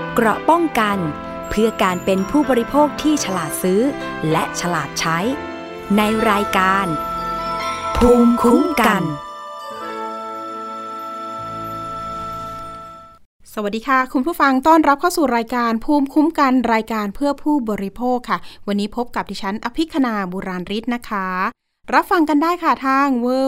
เกราะป้องกันเพื่อการเป็นผู้บริโภคที่ฉลาดซื้อและฉลาดใช้ในรายการภูมิคุ้มกันสวัสดีค่ะคุณผู้ฟังต้อนรับเข้าสู่รายการภูมิคุ้มกันรายการเพื่อผู้บริโภคค่ะวันนี้พบกับดิฉันอภิคณาบุราริศนะคะรับฟังกันได้ค่ะทาง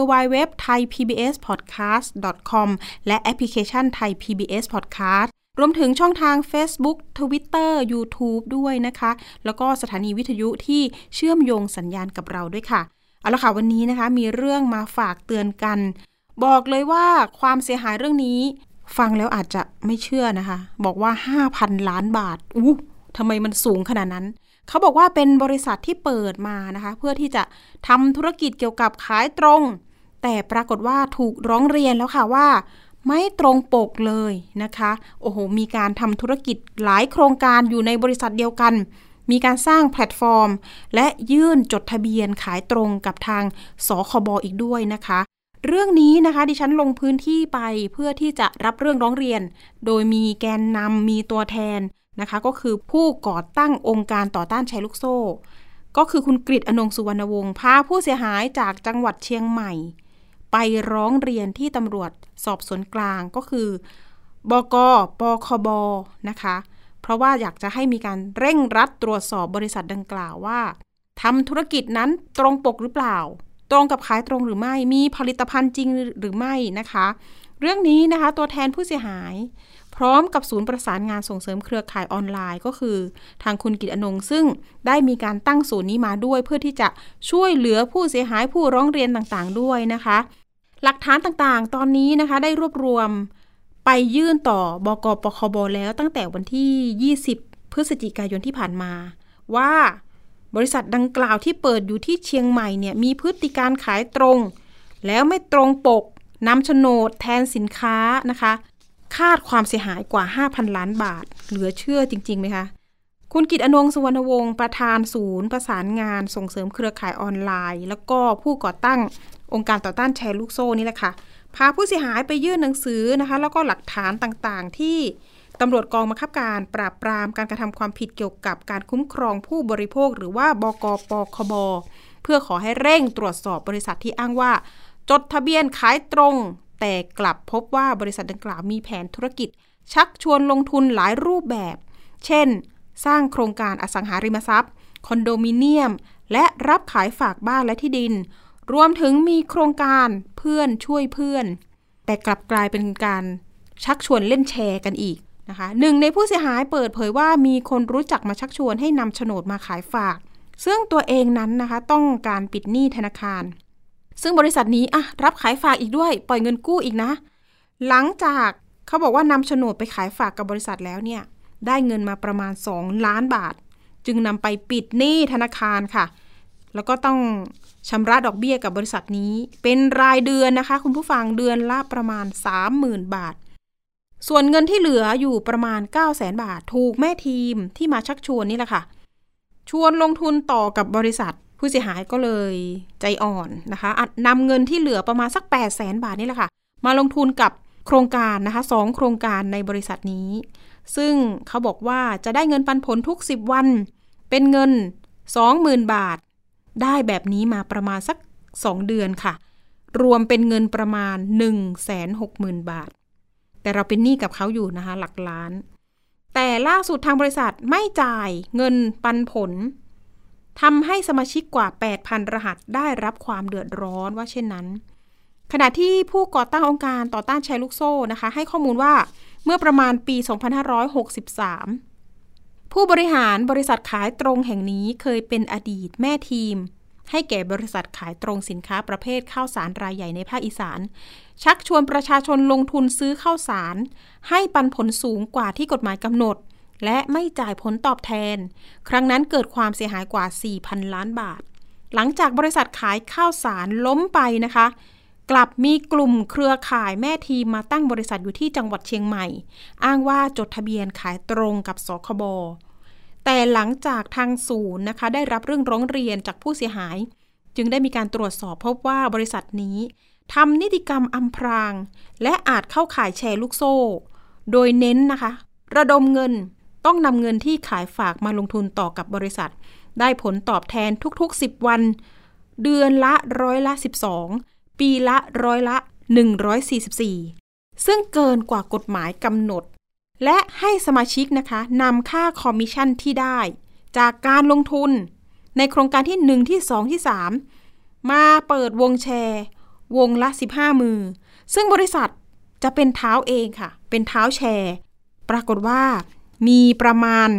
www.thaipbspodcast.com และแอปพลิเคชัน Thai PBS Podcast รวมถึงช่องทาง Facebook Twitter YouTube ด้วยนะคะแล้วก็สถานีวิทยุที่เชื่อมโยงสัญญาณกับเราด้วยค่ะเอาละค่ะวันนี้นะคะมีเรื่องมาฝากเตือนกันบอกเลยว่าความเสียหายเรื่องนี้ฟังแล้วอาจจะไม่เชื่อนะคะบอกว่า 5,000 ล้านบาททำไมมันสูงขนาดนั้นเขาบอกว่าเป็นบริษัทที่เปิดมานะคะเพื่อที่จะทำธุรกิจเกี่ยวกับขายตรงแต่ปรากฏว่าถูกร้องเรียนแล้วค่ะว่าไม่ตรงปกเลยนะคะโอ้โหมีการทำธุรกิจหลายโครงการอยู่ในบริษัทเดียวกันมีการสร้างแพลตฟอร์มและยื่นจดทะเบียนขายตรงกับทางสคบ.อีกด้วยนะคะเรื่องนี้นะคะดิฉันลงพื้นที่ไปเพื่อที่จะรับเรื่องร้องเรียนโดยมีแกนนำมีตัวแทนนะคะก็คือผู้ก่อตั้งองค์การต่อต้านแชร์ลูกโซ่ก็คือคุณกฤษ อนงค์ สุวรรณวงศ์พาผู้เสียหายจากจังหวัดเชียงใหม่ไปร้องเรียนที่ตำรวจสอบสวนกลางก็คือบก.ปคบ.นะคะเพราะว่าอยากจะให้มีการเร่งรัดตรวจสอบบริษัทดังกล่าวว่าทำธุรกิจนั้นตรงปกหรือเปล่าตรงกับขายตรงหรือไม่มีผลิตภัณฑ์จริงหรือไม่นะคะเรื่องนี้นะคะตัวแทนผู้เสียหายพร้อมกับศูนย์ประสานงานส่งเสริมเครือข่ายออนไลน์ก็คือทางคุณกฤษ อนงค์ซึ่งได้มีการตั้งศูนย์นี้มาด้วยเพื่อที่จะช่วยเหลือผู้เสียหายผู้ร้องเรียนต่างๆด้วยนะคะหลักฐานต่างๆตอนนี้นะคะได้รวบรวมไปยื่นต่อบก.ปคบ.แล้วตั้งแต่วันที่20พฤศจิกายนที่ผ่านมาว่าบริษัทดังกล่าวที่เปิดอยู่ที่เชียงใหม่เนี่ยมีพฤติการขายตรงแล้วไม่ตรงปกนำโฉนดแทนสินค้านะคะคาดความเสียหายกว่า 5,000 ล้านบาทเหลือเชื่อจริงๆไหมคะคุณกฤษ อนงค์ สุวรรณวงศ์ประธานศูนย์ประสานงานส่งเสริมเครือข่ายออนไลน์แล้วก็ผู้ก่อตั้งองค์การต่อต้านแชร์ลูกโซ่นี่แหละค่ะพาผู้เสียหายไปยื่นหนังสือนะคะแล้วก็หลักฐานต่างๆที่ตำรวจกองบังคับการปราบปรามการกระทำความผิดเกี่ยวกับการคุ้มครองผู้บริโภคหรือว่าบก.ปคบ.เพื่อขอให้เร่งตรวจสอบบริษัทที่อ้างว่าจดทะเบียนขายตรงแต่กลับพบว่าบริษัทดังกล่าวมีแผนธุรกิจชักชวนลงทุนหลายรูปแบบเช่นสร้างโครงการอสังหาริมทรัพย์คอนโดมิเนียมและรับขายฝากบ้านและที่ดินรวมถึงมีโครงการเพื่อนช่วยเพื่อนแต่กลับกลายเป็นการชักชวนเล่นแชร์กันอีกนะคะหนึ่งในผู้เสียหายเปิดเผยว่ามีคนรู้จักมาชักชวนให้นำโฉนดมาขายฝากซึ่งตัวเองนั้นนะคะต้องการปิดหนี้ธนาคารซึ่งบริษัทนี้รับขายฝากอีกด้วยปล่อยเงินกู้อีกนะหลังจากเขาบอกว่านำโฉนดไปขายฝากกับบริษัทแล้วเนี่ยได้เงินมาประมาณ2 ล้านบาทจึงนำไปปิดหนี้ธนาคารค่ะแล้วก็ต้องชำระดอกเบี้ยกับบริษัทนี้เป็นรายเดือนนะคะคุณผู้ฟังเดือนละประมาณ 30,000 บาทส่วนเงินที่เหลืออยู่ประมาณ 900,000 บาทถูกแม่ทีมที่มาชักชวนนี่แหละค่ะชวนลงทุนต่อกับบริษัทผู้เสียหายก็เลยใจอ่อนนะคะนำเงินที่เหลือประมาณสัก 800,000 บาทนี่แหละค่ะมาลงทุนกับโครงการนะคะ2โครงการในบริษัทนี้ซึ่งเขาบอกว่าจะได้เงินปันผลทุก10วันเป็นเงิน 20,000 บาทได้แบบนี้มาประมาณสัก2เดือนค่ะรวมเป็นเงินประมาณ 160,000 บาทแต่เราเป็นหนี้กับเขาอยู่นะคะหลักล้านแต่ล่าสุดทางบริษัทไม่จ่ายเงินปันผลทำให้สมาชิกกว่า 8,000 รหัสได้รับความเดือดร้อนว่าเช่นนั้นขณะที่ผู้ก่อตั้งองค์การต่อต้านแชร์ลูกโซ่นะคะให้ข้อมูลว่าเมื่อประมาณปี 2563 ผู้บริหารบริษัทขายตรงแห่งนี้เคยเป็นอดีตแม่ทีมให้แก่บริษัทขายตรงสินค้าประเภทข้าวสารรายใหญ่ในภาคอีสานชักชวนประชาชนลงทุนซื้อข้าวสารให้ปันผลสูงกว่าที่กฎหมายกำหนดและไม่จ่ายผลตอบแทนครั้งนั้นเกิดความเสียหายกว่า 4,000 ล้านบาทหลังจากบริษัทขายข้าวสารล้มไปนะคะกลับมีกลุ่มเครือข่ายแม่ทีมมาตั้งบริษัทอยู่ที่จังหวัดเชียงใหม่อ้างว่าจดทะเบียนขายตรงกับสคบ.แต่หลังจากทางศูนย์นะคะได้รับเรื่องร้องเรียนจากผู้เสียหายจึงได้มีการตรวจสอบพบว่าบริษัทนี้ทำนิติกรรมอำพรางและอาจเข้าข่ายแชร์ลูกโซ่โดยเน้นนะคะระดมเงินต้องนำเงินที่ขายฝากมาลงทุนต่อกับบริษัทได้ผลตอบแทนทุกๆ10วันเดือนละ12%ปีละ144%ซึ่งเกินกว่ากฎหมายกำหนดและให้สมาชิกนะคะนำค่าคอมมิชชั่นที่ได้จากการลงทุนในโครงการที่1ที่2ที่3มาเปิดวงแชร์วงละ15มือซึ่งบริษัทจะเป็นเท้าเองค่ะเป็นเท้าแชร์ปรากฏว่ามีประมาณ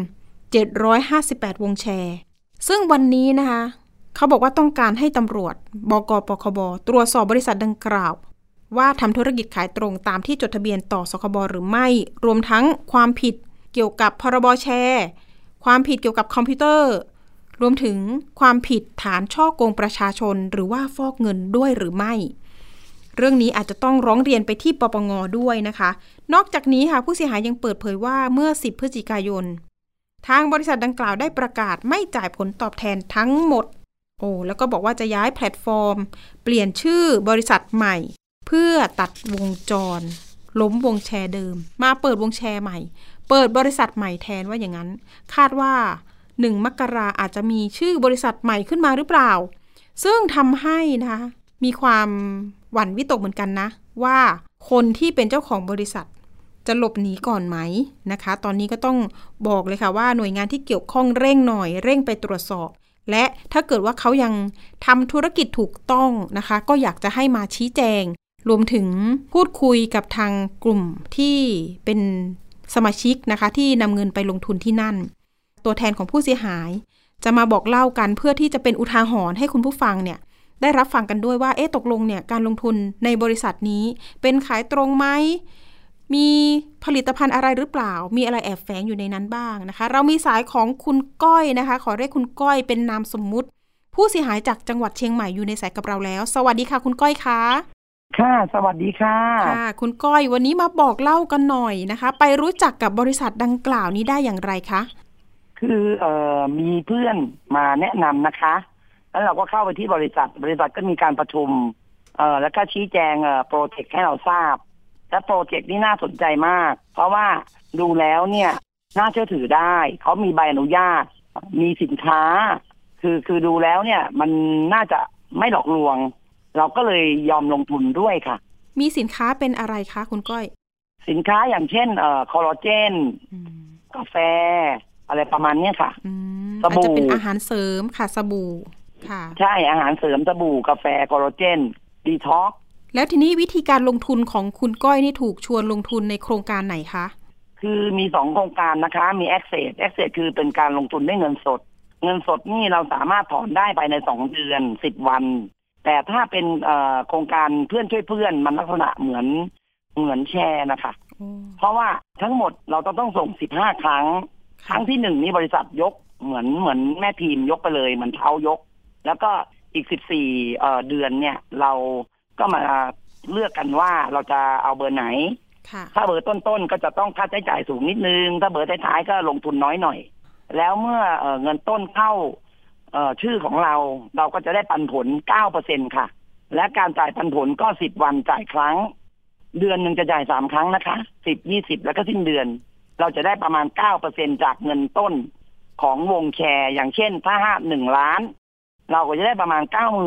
758วงแชร์ซึ่งวันนี้นะคะเขาบอกว่าต้องการให้ตำรวจบก.ปคบ.ตรวจสอบบริษัทดังกล่าวว่าทำธุรกิจขายตรงตามที่จดทะเบียนต่อสคบ.หรือไม่รวมทั้งความผิดเกี่ยวกับพรบแชร์ความผิดเกี่ยวกับคอมพิวเตอร์รวมถึงความผิดฐานฉ้อโกงประชาชนหรือว่าฟอกเงินด้วยหรือไม่เรื่องนี้อาจจะต้องร้องเรียนไปที่ปปง.ด้วยนะคะนอกจากนี้ค่ะผู้เสียหายยังเปิดเผยว่าเมื่อ10พฤศจิกายนทางบริษัทดังกล่าวได้ประกาศไม่จ่ายผลตอบแทนทั้งหมดแล้วก็บอกว่าจะย้ายแพลตฟอร์มเปลี่ยนชื่อบริษัทใหม่เพื่อตัดวงจรล้มวงแชร์เดิมมาเปิดวงแชร์ใหม่เปิดบริษัทใหม่แทนว่าอย่างนั้นคาดว่า1 มกราอาจจะมีชื่อบริษัทใหม่ขึ้นมาหรือเปล่าซึ่งทำให้นะคะมีความหวั่นวิตกเหมือนกันนะว่าคนที่เป็นเจ้าของบริษัทจะหลบหนีก่อนไหมนะคะตอนนี้ก็ต้องบอกเลยค่ะว่าหน่วยงานที่เกี่ยวข้องเร่งหน่อยเร่งไปตรวจสอบและถ้าเกิดว่าเขายังทำธุรกิจถูกต้องนะคะก็อยากจะให้มาชี้แจงรวมถึงพูดคุยกับทางกลุ่มที่เป็นสมาชิกนะคะที่นำเงินไปลงทุนที่นั่นตัวแทนของผู้เสียหายจะมาบอกเล่ากันเพื่อที่จะเป็นอุทาหรณ์ให้คุณผู้ฟังเนี่ยได้รับฟังกันด้วยว่าตกลงเนี่ยการลงทุนในบริษัทนี้เป็นขายตรงไหมมีผลิตภัณฑ์อะไรหรือเปล่ามีอะไรแอบแฝงอยู่ในนั้นบ้างนะคะเรามีสายของคุณก้อยนะคะขอเรียกคุณก้อยเป็นนามสมมุติผู้เสียหายจากจังหวัดเชียงใหม่อยู่ในสายกับเราแล้วสวัสดีค่ะคุณก้อยคะค่ะสวัสดีค่ะค่ะคุณก้อยวันนี้มาบอกเล่ากันหน่อยนะคะไปรู้จักกับบริษัทดังกล่าวนี้ได้อย่างไรคะคือมีเพื่อนมาแนะนำนะคะแล้วเราก็เข้าไปที่บริษัทก็มีการประชุมแล้วก็ชี้แจงโปรเจกต์ให้เราทราบและโปรเจกต์นี้น่าสนใจมากเพราะว่าดูแล้วเนี่ยน่าเชื่อถือได้เขามีใบอนุญาตมีสินค้าคือดูแล้วเนี่ยมันน่าจะไม่หลอกลวงเราก็เลยยอมลงทุนด้วยค่ะมีสินค้าเป็นอะไรคะคุณก้อยสินค้าอย่างเช่นคอลลาเจนกาแฟอะไรประมาณนี้ค่ะสบู่อาจจะเป็นอาหารเสริมค่ะสบู่ค่ะใช่อาหารเสริมสบู่กาแฟคอลลาเจนดีท็อกซ์แล้วทีนี้วิธีการลงทุนของคุณก้อยนี่ถูกชวนลงทุนในโครงการไหนคะคือมี2โครงการนะคะมี Access คือเป็นการลงทุนด้วยเงินสดนี่เราสามารถถอนได้ภายใน2เดือน10วันแต่ถ้าเป็นโครงการเพื่อนช่วยเพื่อนมันลักษณะเหมือนแชร์นะคะเพราะว่าทั้งหมดเราต้องส่ง15ครั้งที่1นี่บริษัทยกเหมือนแม่ทีมยกไปเลยเหมือนเท้ายกแล้วก็อีก14เดือนเนี่ยเราก็มาเลือกกันว่าเราจะเอาเบอร์ไหนถ้าเบอร์ต้นๆก็จะต้องค่าใช้จ่ายสูงนิดนึงถ้าเบอร์ท้ายๆก็ลงทุนน้อยหน่อยแล้วเมื่อเงินต้นเข้าชื่อของเราก็จะได้ปันผล 9% ค่ะและการจ่ายปันผลก็10วันจ่ายครั้งเดือนนึงจะจ่าย3ครั้งนะคะ10 20แล้วก็สิ้นเดือนเราจะได้ประมาณ 9% จากเงินต้นของวงแชร์อย่างเช่นถ้า1ล้านเราก็จะได้ประมาณ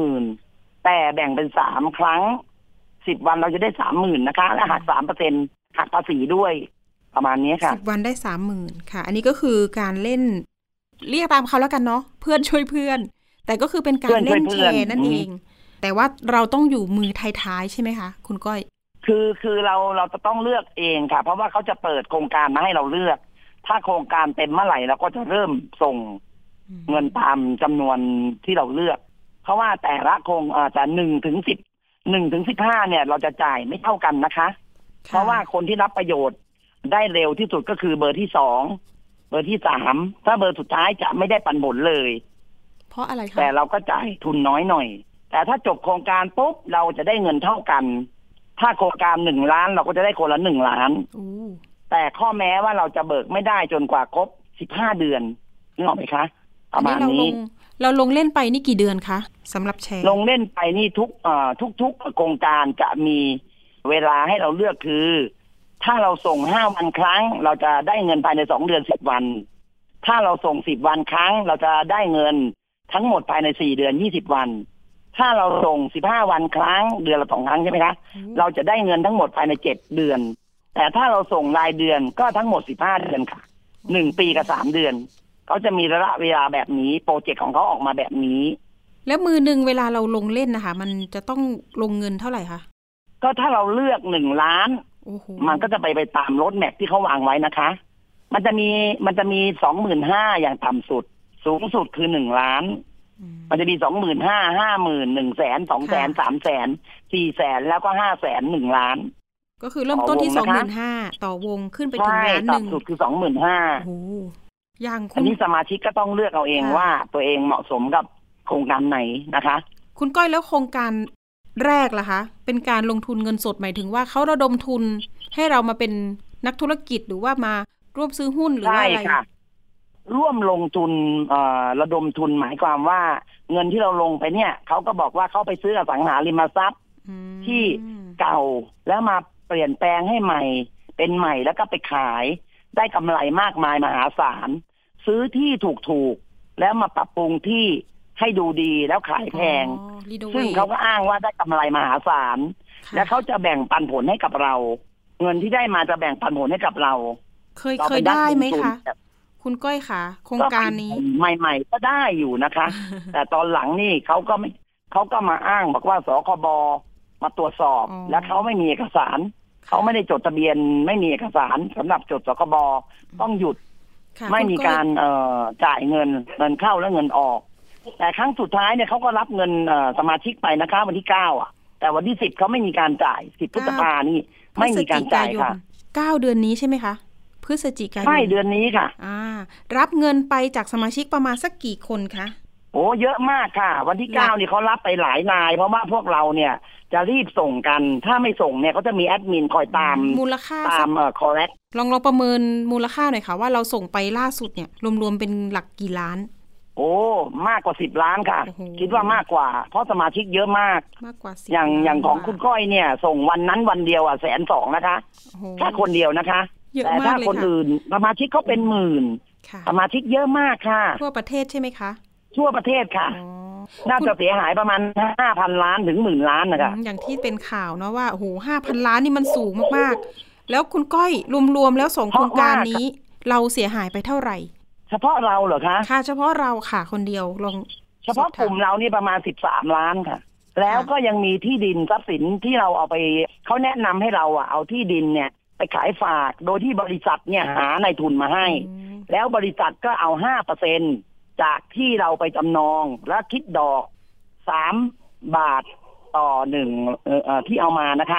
90,000 แต่แบ่งเป็น3ครั้ง10วันเราจะได้ 30,000 นะคะและหัก 3% หักภาษีด้วยประมาณนี้ค่ะ 10วันได้ 30,000 ค่ะอันนี้ก็คือการเล่นเรียกตามเขาแล้วกันเนาะเพื่อนช่วยเพื่อนแต่ก็คือเป็นการเล่นแชร์นั่นเองแต่ว่าเราต้องอยู่มือท้ายๆใช่ไหมคะคุณก้อยคือเราจะต้องเลือกเองค่ะเพราะว่าเขาจะเปิดโครงการมาให้เราเลือกถ้าโครงการเต็มเมื่อไหร่เราก็จะเริ่มส่งเงินตามจำนวนที่เราเลือกเพราะว่าแต่ละโครงจะ1 ถึง 10 1 ถึง 15เนี่ยเราจะจ่ายไม่เท่ากันนะคะเพราะว่าคนที่รับประโยชน์ได้เร็วที่สุดก็คือเบอร์ที่2เบอร์ที่3ถ้าเบอร์สุดท้ายจะไม่ได้ปันผลเลยเพราะอะไรคะแต่เราก็จ่ายทุนน้อยหน่อยแต่ถ้าจบโครงการปุ๊บเราจะได้เงินเท่ากันถ้าโครงการ1ล้านเราก็จะได้คนละ1ล้านแต่ข้อแม้ว่าเราจะเบิกไม่ได้จนกว่าครบ15เดือนนึกออกไหมคะประมาณนี้เราลงเล่นไปนี่กี่เดือนคะสำหรับแชร์ลงเล่นไปนี่ทุกโครงการจะมีเวลาให้เราเลือกคือถ้าเราส่ง5 วันครั้งเราจะได้เงินภายใน2 เดือน10 วันถ้าเราส่ง10 วันครั้งเราจะได้เงินทั้งหมดภายใน4 เดือน20 วันถ้าเราส่ง15 วันครั้งเดือนละ2 ครั้งใช่ไหมคะเราจะได้เงินทั้งหมดภายใน7 เดือนแต่ถ้าเราส่งรายเดือนก็ทั้งหมด15 เดือนค่ะ1 ปีกับ3 เดือนเขาจะมีระยะเวลาแบบนี้โปรเจกต์ของเขาออกมาแบบนี้แล้วมือหนึ่งเวลาเราลงเล่นนะคะมันจะต้องลงเงินเท่าไหร่คะก็ถ้าเราเลือก1 ล้านมันก็จะไปตามโรดแมพที่เขาวางไว้นะคะมันจะมี 25,000 อย่างต่ำสุดสูงสุดคือ1 ล้านมันจะมี 25,000 50,000 100,000 200,000 300,000 400,000แล้วก็500,000 1 ล้านก็คือเริ่มต้นที่ 25,000 ต่อวงขึ้นไปถึงล้านนึงต่ำสุดคือ 25,000 โอ้อย่างอันนี้สมาชิกก็ต้องเลือกเอาเองว่าตัวเองเหมาะสมกับโครงการไหนนะคะคุณก้อยแล้วโครงการแรกล่ะคะเป็นการลงทุนเงินสดหมายถึงว่าเขาระดมทุนให้เรามาเป็นนักธุรกิจหรือว่ามาร่วมซื้อหุ้นหรือว่าอะไรใช่ค่ะร่วมลงทุนระดมทุนหมายความว่าเงินที่เราลงไปเนี่ยเขาก็บอกว่าเขาไปซื้ออสังหาริมทรัพย์ที่เก่าแล้วมาเปลี่ยนแปลงให้ใหม่เป็นใหม่แล้วก็ไปขายได้กำไรมากมายมหาศาลซื้อที่ถูกๆแล้วมาปรับปรุงที่ให้ดูดีแล้วขายแพงซึ่งเขาก็อ้างว่าได้กำไรมหาศาลและเขาจะแบ่งปันผลให้กับเราเงินที่ได้มาจะแบ่งปันผลให้กับเราเคยได้ไหมคะคุณก้อยคะโครงการนี้ใหม่ๆก็ได้อยู่นะคะ แต่ตอนหลังนี่เขาก็มาอ้างบอกว่าสคบมาตรวจสอบและเขาไม่มีเอกสารเขาไม่ได้จดทะเบียนไม่มีเอกสารสำหรับจดสคบต้องหยุดไม่มีการจ่ายเงินเข้าและเงินออกแต่ครั้งสุดท้ายเนี่ยเขาก็รับเงินสมาชิกไปนะคะวันที่9แต่วันที่10เขาไม่มีการจ่าย10 พฤษภาคมนี่ไม่มีการจ่ายค่ะ 9 เดือนนี้ใช่ไหมคะพฤศจิกายนใช่เดือนนี้ค่ะรับเงินไปจากสมาชิกประมาณสักกี่คนคะโอ้เยอะมากค่ะวันที่9นี่เขารับไปหลายนายเพราะว่าพวกเราเนี่ยจะรีบส่งกันถ้าไม่ส่งเนี่ยเขาจะมีแอดมินคอยตามมูลค่าตามคอร์เรคลองประเมินมูลค่าหน่อยค่ะว่าเราส่งไปล่าสุดเนี่ยรวมๆเป็นหลักกี่ล้านโอ้มากกว่า10 ล้านค่ะคิดว่ามากกว่าเพราะสมาชิกเยอะมากกว่าอย่างของคุณก้อยเนี่ยส่งวันนั้นวันเดียว120,000นะคะแค่คนเดียวนะคะแต่ถ้าคนอื่นสมาชิกเขาเป็นหมื่นสมาชิกเยอะมากค่ะทั่วประเทศใช่ไหมคะทั่วประเทศค่ะน่าจะเสียหายประมาณ 5,000 ล้านถึง 10,000 ล้านนะคะอย่างที่เป็นข่าวเนาะว่าโอ้โห 5,000 ล้านนี่มันสูงมากๆแล้วคุณก้อยรวมๆแล้วส่งโครงการนี้เราเสียหายไปเท่าไหร่เฉพาะเราเหรอคะค่ะเฉพาะเราค่ะคนเดียวลงเฉพาะกลุ่มเรานี่ประมาณ13 ล้านค่ะแล้วก็ยังมีที่ดินทรัพย์สินที่เราเอาไปเขาแนะนำให้เราเอาที่ดินเนี่ยไปขายฝากโดยที่บริษัทเนี่ยหานายทุนมาให้แล้วบริษัทก็เอา 5% จากที่เราไปจำนองและคิดดอก3 บาทต่อ1ที่เอามานะคะ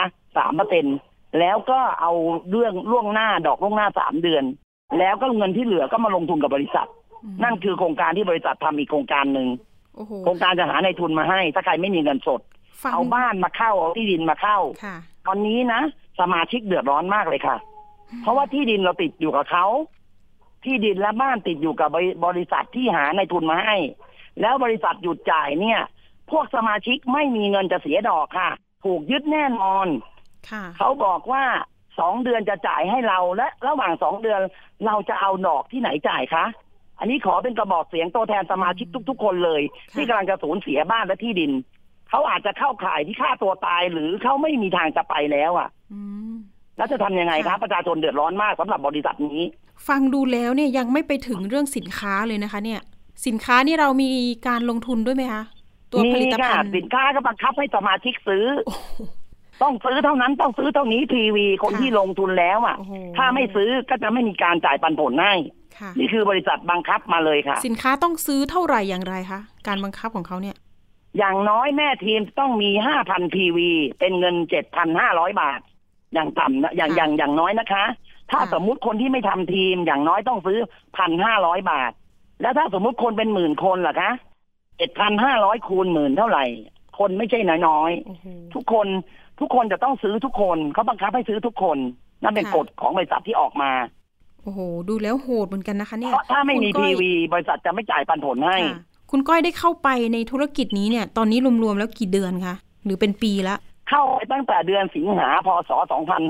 3% แล้วก็เอาเรื่องล่วงหน้าดอกล่วงหน้า3 เดือนแล้วก็เงินที่เหลือก็มาลงทุนกับบริษัทนั่นคือโครงการที่บริษัททำอีกโครงการนึงโครงการจะหานายทุนมาให้ถ้าใครไม่มีเงินสดเอาบ้านมาเข้าเอาที่ดินมาเข้าตอนนี้นะสมาชิกเดือดร้อนมากเลยค่ะเพราะว่าที่ดินเราติดอยู่กับเขาที่ดินและบ้านติดอยู่กับบริษัทที่หานายทุนมาให้แล้วบริษัทหยุดจ่ายเนี่ยพวกสมาชิกไม่มีเงินจะเสียดอกค่ะถูกยึดแน่นอนเขาบอกว่า2 เดือนจะจ่ายให้เราและระหว่าง2 เดือนเราจะเอาดอกที่ไหนจ่ายคะอันนี้ขอเป็นกระบอกเสียงตัวแทนสมาชิกทุกๆคนเลยที่กำลังจะสูญเสียบ้านและที่ดินเขาอาจจะเข้าข่ายที่ฆ่าตัวตายหรือเขาไม่มีทางจะไปแล้วแล้วจะทำยังไงครับประชาชนเดือดร้อนมากสำหรับบริษัทนี้ฟังดูแล้วเนี่ยยังไม่ไปถึงเรื่องสินค้าเลยนะคะเนี่ยสินค้านี่เรามีการลงทุนด้วยไหมคะตัวผลิตภัณฑ์สินค้าก็บังคับให้สมาชิกซื้อต้องซื้อเท่านั้นต้องซื้อเท่านี้ทีวีคนที่ลงทุนแล้วถ้าไม่ซื้อก็จะไม่มีการจ่ายปันผลให้นี่คือบริษัทบังคับมาเลยค่ะสินค้าต้องซื้อเท่าไหร่อย่างไรคะการบังคับของเขาเนี่ยอย่างน้อยแม่ทีมต้องมี 5,000 ทีวีเป็นเงิน 7,500 บาทอย่างต่ำอย่างน้อยนะคะถ้าสมมุติคนที่ไม่ทำทีมอย่างน้อยต้องซื้อ 1,500 บาทแล้วถ้าสมมุติคนเป็นหมื่นคนล่ะคะ 7,500 คูณหมื่นเท่าไหร่คนไม่ใช่น้อยๆทุกคนจะต้องซื้อทุกคนเขาบังคับให้ซื้อทุกคนนั่นเป็นกฎของบริษัทที่ออกมาโอ้โหดูแล้วโหดเหมือนกันนะคะเนี่ยเพราะถ้าไม่มีทีวีบริษัทจะไม่จ่ายปันผลให้คุณก้อยได้เข้าไปในธุรกิจนี้เนี่ยตอนนี้รวมๆแล้วกี่เดือนคะหรือเป็นปีละเข้าไปตั้งแต่เดือนสิงหาพศ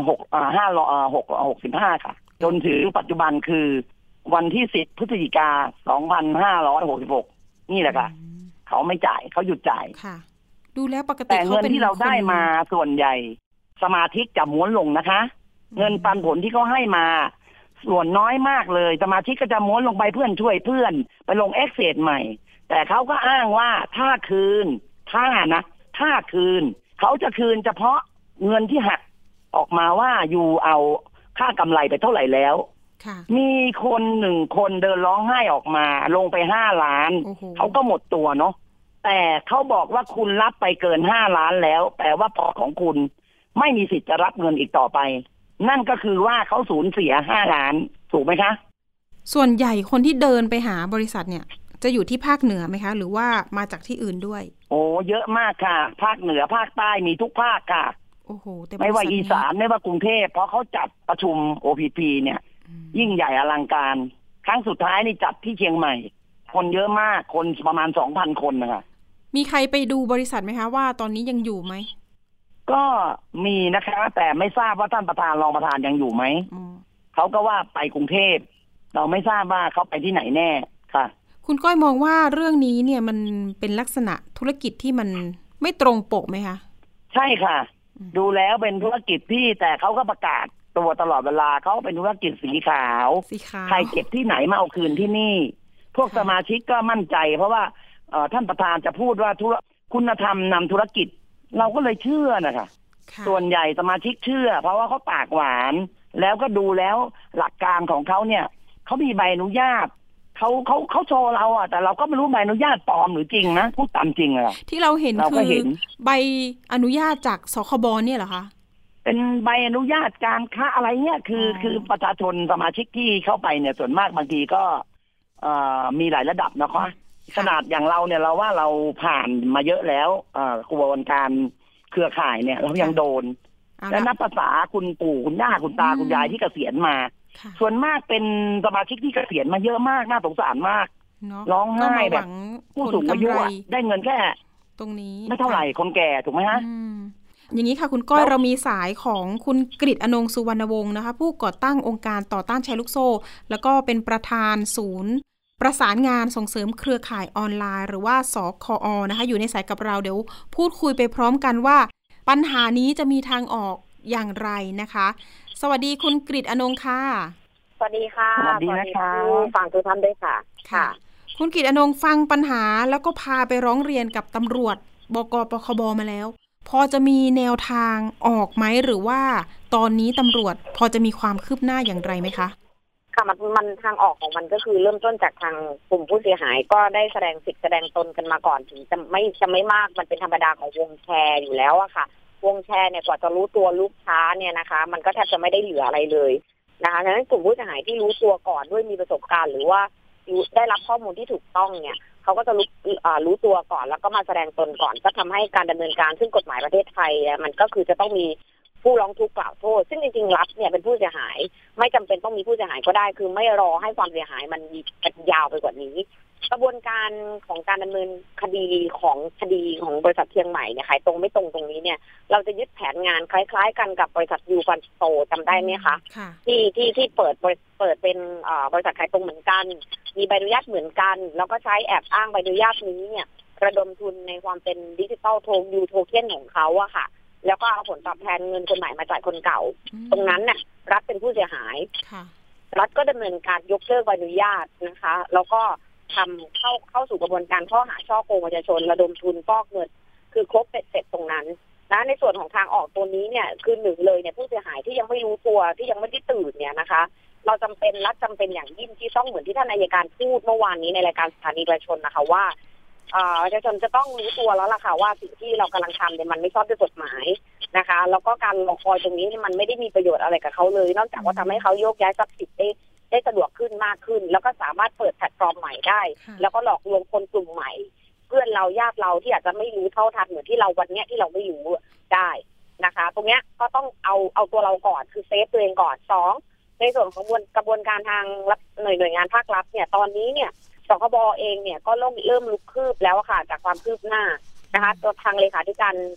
2565ค่ะจนถึงปัจจุบันคือวันที่10 พฤศจิกายน 2566นี่แหละค่ะเขาไม่จ่ายเขาหยุดจ่ายค่ะดูแล้วปกติแต่เงินที่เราได้มาส่วนใหญ่สมาชิกจะม้วนลงนะคะเงินปันผลที่เขาให้มาส่วนน้อยมากเลยสมาชิกก็จะม้วนลงไปเพื่อนช่วยเพื่อนไปลงเอ็กเซสใหม่แต่เขาก็อ้างว่าถ้าคืนเขาจะคืนเฉพาะเงินที่หักออกมาว่าอยู่เอาค่ากำไรไปเท่าไหร่แล้วมีคน1 คนเดินร้องไห้ออกมาลงไป5 ล้านเขาก็หมดตัวเนาะแต่เขาบอกว่าคุณรับไปเกิน5 ล้านแล้วแปลว่าพอของคุณไม่มีสิทธิ์จะรับเงินอีกต่อไปนั่นก็คือว่าเขาสูญเสีย5 ล้านถูกไหมคะส่วนใหญ่คนที่เดินไปหาบริษัทเนี่ยจะอยู่ที่ภาคเหนือไหมคะหรือว่ามาจากที่อื่นด้วยโอ้เยอะมากค่ะภาคเหนือภาคใต้มีทุกภาคค่ะโอ้โหไม่ว่าอีสานไม่ว่ากรุงเทพเพราะเขาจัดประชุม OPP เนี่ยยิ่งใหญ่อลังการครั้งสุดท้ายนี่จัดที่เชียงใหม่คนเยอะมากคนประมาณ 2,000 คนนะคะมีใครไปดูบริษัทไหมคะว่าตอนนี้ยังอยู่ไหมก็มีนะคะแต่ไม่ทราบว่าท่านประธานรองประธานยังอยู่ไหมเขาก็ว่าไปกรุงเทพเราไม่ทราบว่าเขาไปที่ไหนแน่ค่ะคุณก้อยมองว่าเรื่องนี้เนี่ยมันเป็นลักษณะธุรกิจที่มันไม่ตรงปกไหมคะใช่ค่ะดูแล้วเป็นธุรกิจที่แต่เขาก็ประกาศตัวตลอดเวลาเขาเป็นธุรกิจสีขาวใครเก็บที่ไหนมาเอาคืนที่นี่พวกสมาชิกก็มั่นใจเพราะว่าท่านประธานจะพูดว่าคุณธรรมนำธุรกิจเราก็เลยเชื่อนะคะส่วนใหญ่สมาชิกเชื่อเพราะว่าเขาปากหวานแล้วก็ดูแล้วหลักการของเขาเนี่ยเขามีใบอนุญาตเขาโชว์เราอ่ะแต่เราก็ไม่รู้ใบอนุญาตปลอมหรือจริงนะพูดตามจริงอะที่เราเห็นคือใบอนุญาตจากสคบเนี่ยเหรอคะเป็นใบอนุญาตการค้าอะไรเนี่ยคือประชาชนสมาชิกที่เข้าไปเนี่ยส่วนมากบางทีก็มีหลายระดับนะคะขนาดอย่างเราเนี่ยเราว่าเราผ่านมาเยอะแล้วกระบวนการเครือข่ายเนี่ยเรายังโดนและนับภาษาคุณปู่คุณย่าคุณตาคุณยายที่เกษียณมาส่วนมากเป็นสมาชิกที่เกษียณมาเยอะมากน่าสงสารมากร้องไห้แบบผู้สูงอายุได้เงินแค่ตรงนี้ไม่เท่าไหร่คนแก่ถูกไหมฮะอย่างนี้ค่ะคุณก้อยเรามีสายของคุณกฤษ อนงค์ สุวรรณวงศ์นะคะผู้ก่อตั้งองค์การต่อต้านแชร์ลูกโซ่แล้วก็เป็นประธานศูนย์ประสานงานส่งเสริมเครือข่ายออนไลน์หรือว่าสคอ.นะคะอยู่ในสายกับเราเดี๋ยวพูดคุยไปพร้อมกันว่าปัญหานี้จะมีทางออกอย่างไรนะคะสวัสดีคุณกฤษ อนงค์ค่ะสวัสดีค่ะสวัสดีนะคะฟังทุกท่านด้วยค่ะค่ะคุณกฤษ อนงค์ฟังปัญหาแล้วก็พาไปร้องเรียนกับตำรวจบก.ปคบ.มาแล้วพอจะมีแนวทางออกไหมหรือว่าตอนนี้ตำรวจพอจะมีความคืบหน้าอย่างไรไหมคะค่ะมันทางออกของมันก็คือเริ่มต้นจากทางกลุ่มผู้เสียหายก็ได้แสดงสิทธิ์แสดงตนกันมาก่อนถึงจะไม่มากมันเป็นธรรมดาของวงแชร์อยู่แล้วอะค่ะวงแชร์เนี่ยกว่าจะรู้ตัวลูกค้าเนี่ยนะคะมันก็แทบจะไม่ได้เหลืออะไรเลยนะคะฉะนั้นกลุ่มผู้เสียหายที่รู้ตัวก่อนด้วยมีประสบการณ์หรือว่าได้รับข้อมูลที่ถูกต้องเนี่ยเขาก็จะรู้ตัวก่อนแล้วก็มาแสดงตนก่อนก็ทำให้การดำเนินการซึ่งกฎหมายประเทศไทยมันก็คือจะต้องมีผู้ร้องทุกข์กล่าวโทษซึ่งจริงๆรัฐเนี่ยเป็นผู้เสียหายไม่จำเป็นต้องมีผู้เสียหายก็ได้คือไม่รอให้ความเสียหายมันยาวไปกว่านี้กระบวนการของการดำเนินคดีของบริษัทเชียงใหม่เนี่ยขายตรงไม่ตรงตรงนี้เนี่ยเราจะยึดแผนงานคล้ายๆกันกับบริษัทยูฟันโตจำได้ไหมคะที่เปิดเป็นบริษัทขายตรงเหมือนกันมีใบอนุญาตเหมือนกันแล้วก็ใช้แอบอ้างใบอนุญาตนี้เนี่ยระดมทุนในความเป็นดิจิตอลโทเค็นของเขาอะค่ะแล้วก็เอาผลตอบแทนเงินคนใหม่มาจ่ายคนเก่าตรงนั้นเนี่ยรัฐเป็นผู้เสียหายรัฐก็ดำเนินการยกเลิกใบอนุญาตนะคะแล้วก็ทำเข้าสู่กระบวนการข้อหาฉ้อโกงประชาชนระดมทุนฟอกเงินคือครบเสร็จตรงนั้นนะในส่วนของทางออกตัวนี้เนี่ยคือหนึ่งเลยเนี่ยผู้เสียหายที่ยังไม่รู้ตัวที่ยังไม่ได้ตื่นเนี่ยนะคะเรารัฐจำเป็นอย่างยิ่งที่ต้องเหมือนที่ท่านอัยการพูดเมื่อวานนี้ในรายการสถานีประชาชนนะคะว่าประชาชนจะต้องรู้ตัวแล้วล่ะค่ะว่าสิ่งที่เรากำลังทำเนี่ยมันไม่ชอบด้วยกฎหมายนะคะแล้วก็การรอคอยตรงนี้มันไม่ได้มีประโยชน์อะไรกับเขาเลยนอกจากว่าทำให้เขาโยกย้ายทรัพย์สินได้สะดวกขึ้นมากขึ้นแล้วก็สามารถเปิดแพลตฟอร์มใหม่ได้แล้วก็หลอกลวงคนกลุ่มใหม่เพื่อนเราญาติเราที่อาจจะไม่รู้เท่าทันเหมือนที่เราวันนี้ที่เราไม่รู้ได้นะคะตรงเนี้ยก็ต้องเอาตัวเราก่อนคือเซฟตัวเองก่อน2ในส่วนของกระบวนการทางหน่วยงานภาครัฐเนี่ยตอนนี้เนี่ยสคบเองเนี่ยก็เริ่มลุกคืบแล้วค่ะจากความคืบหน้านะคะตัวทางเลขาธิการ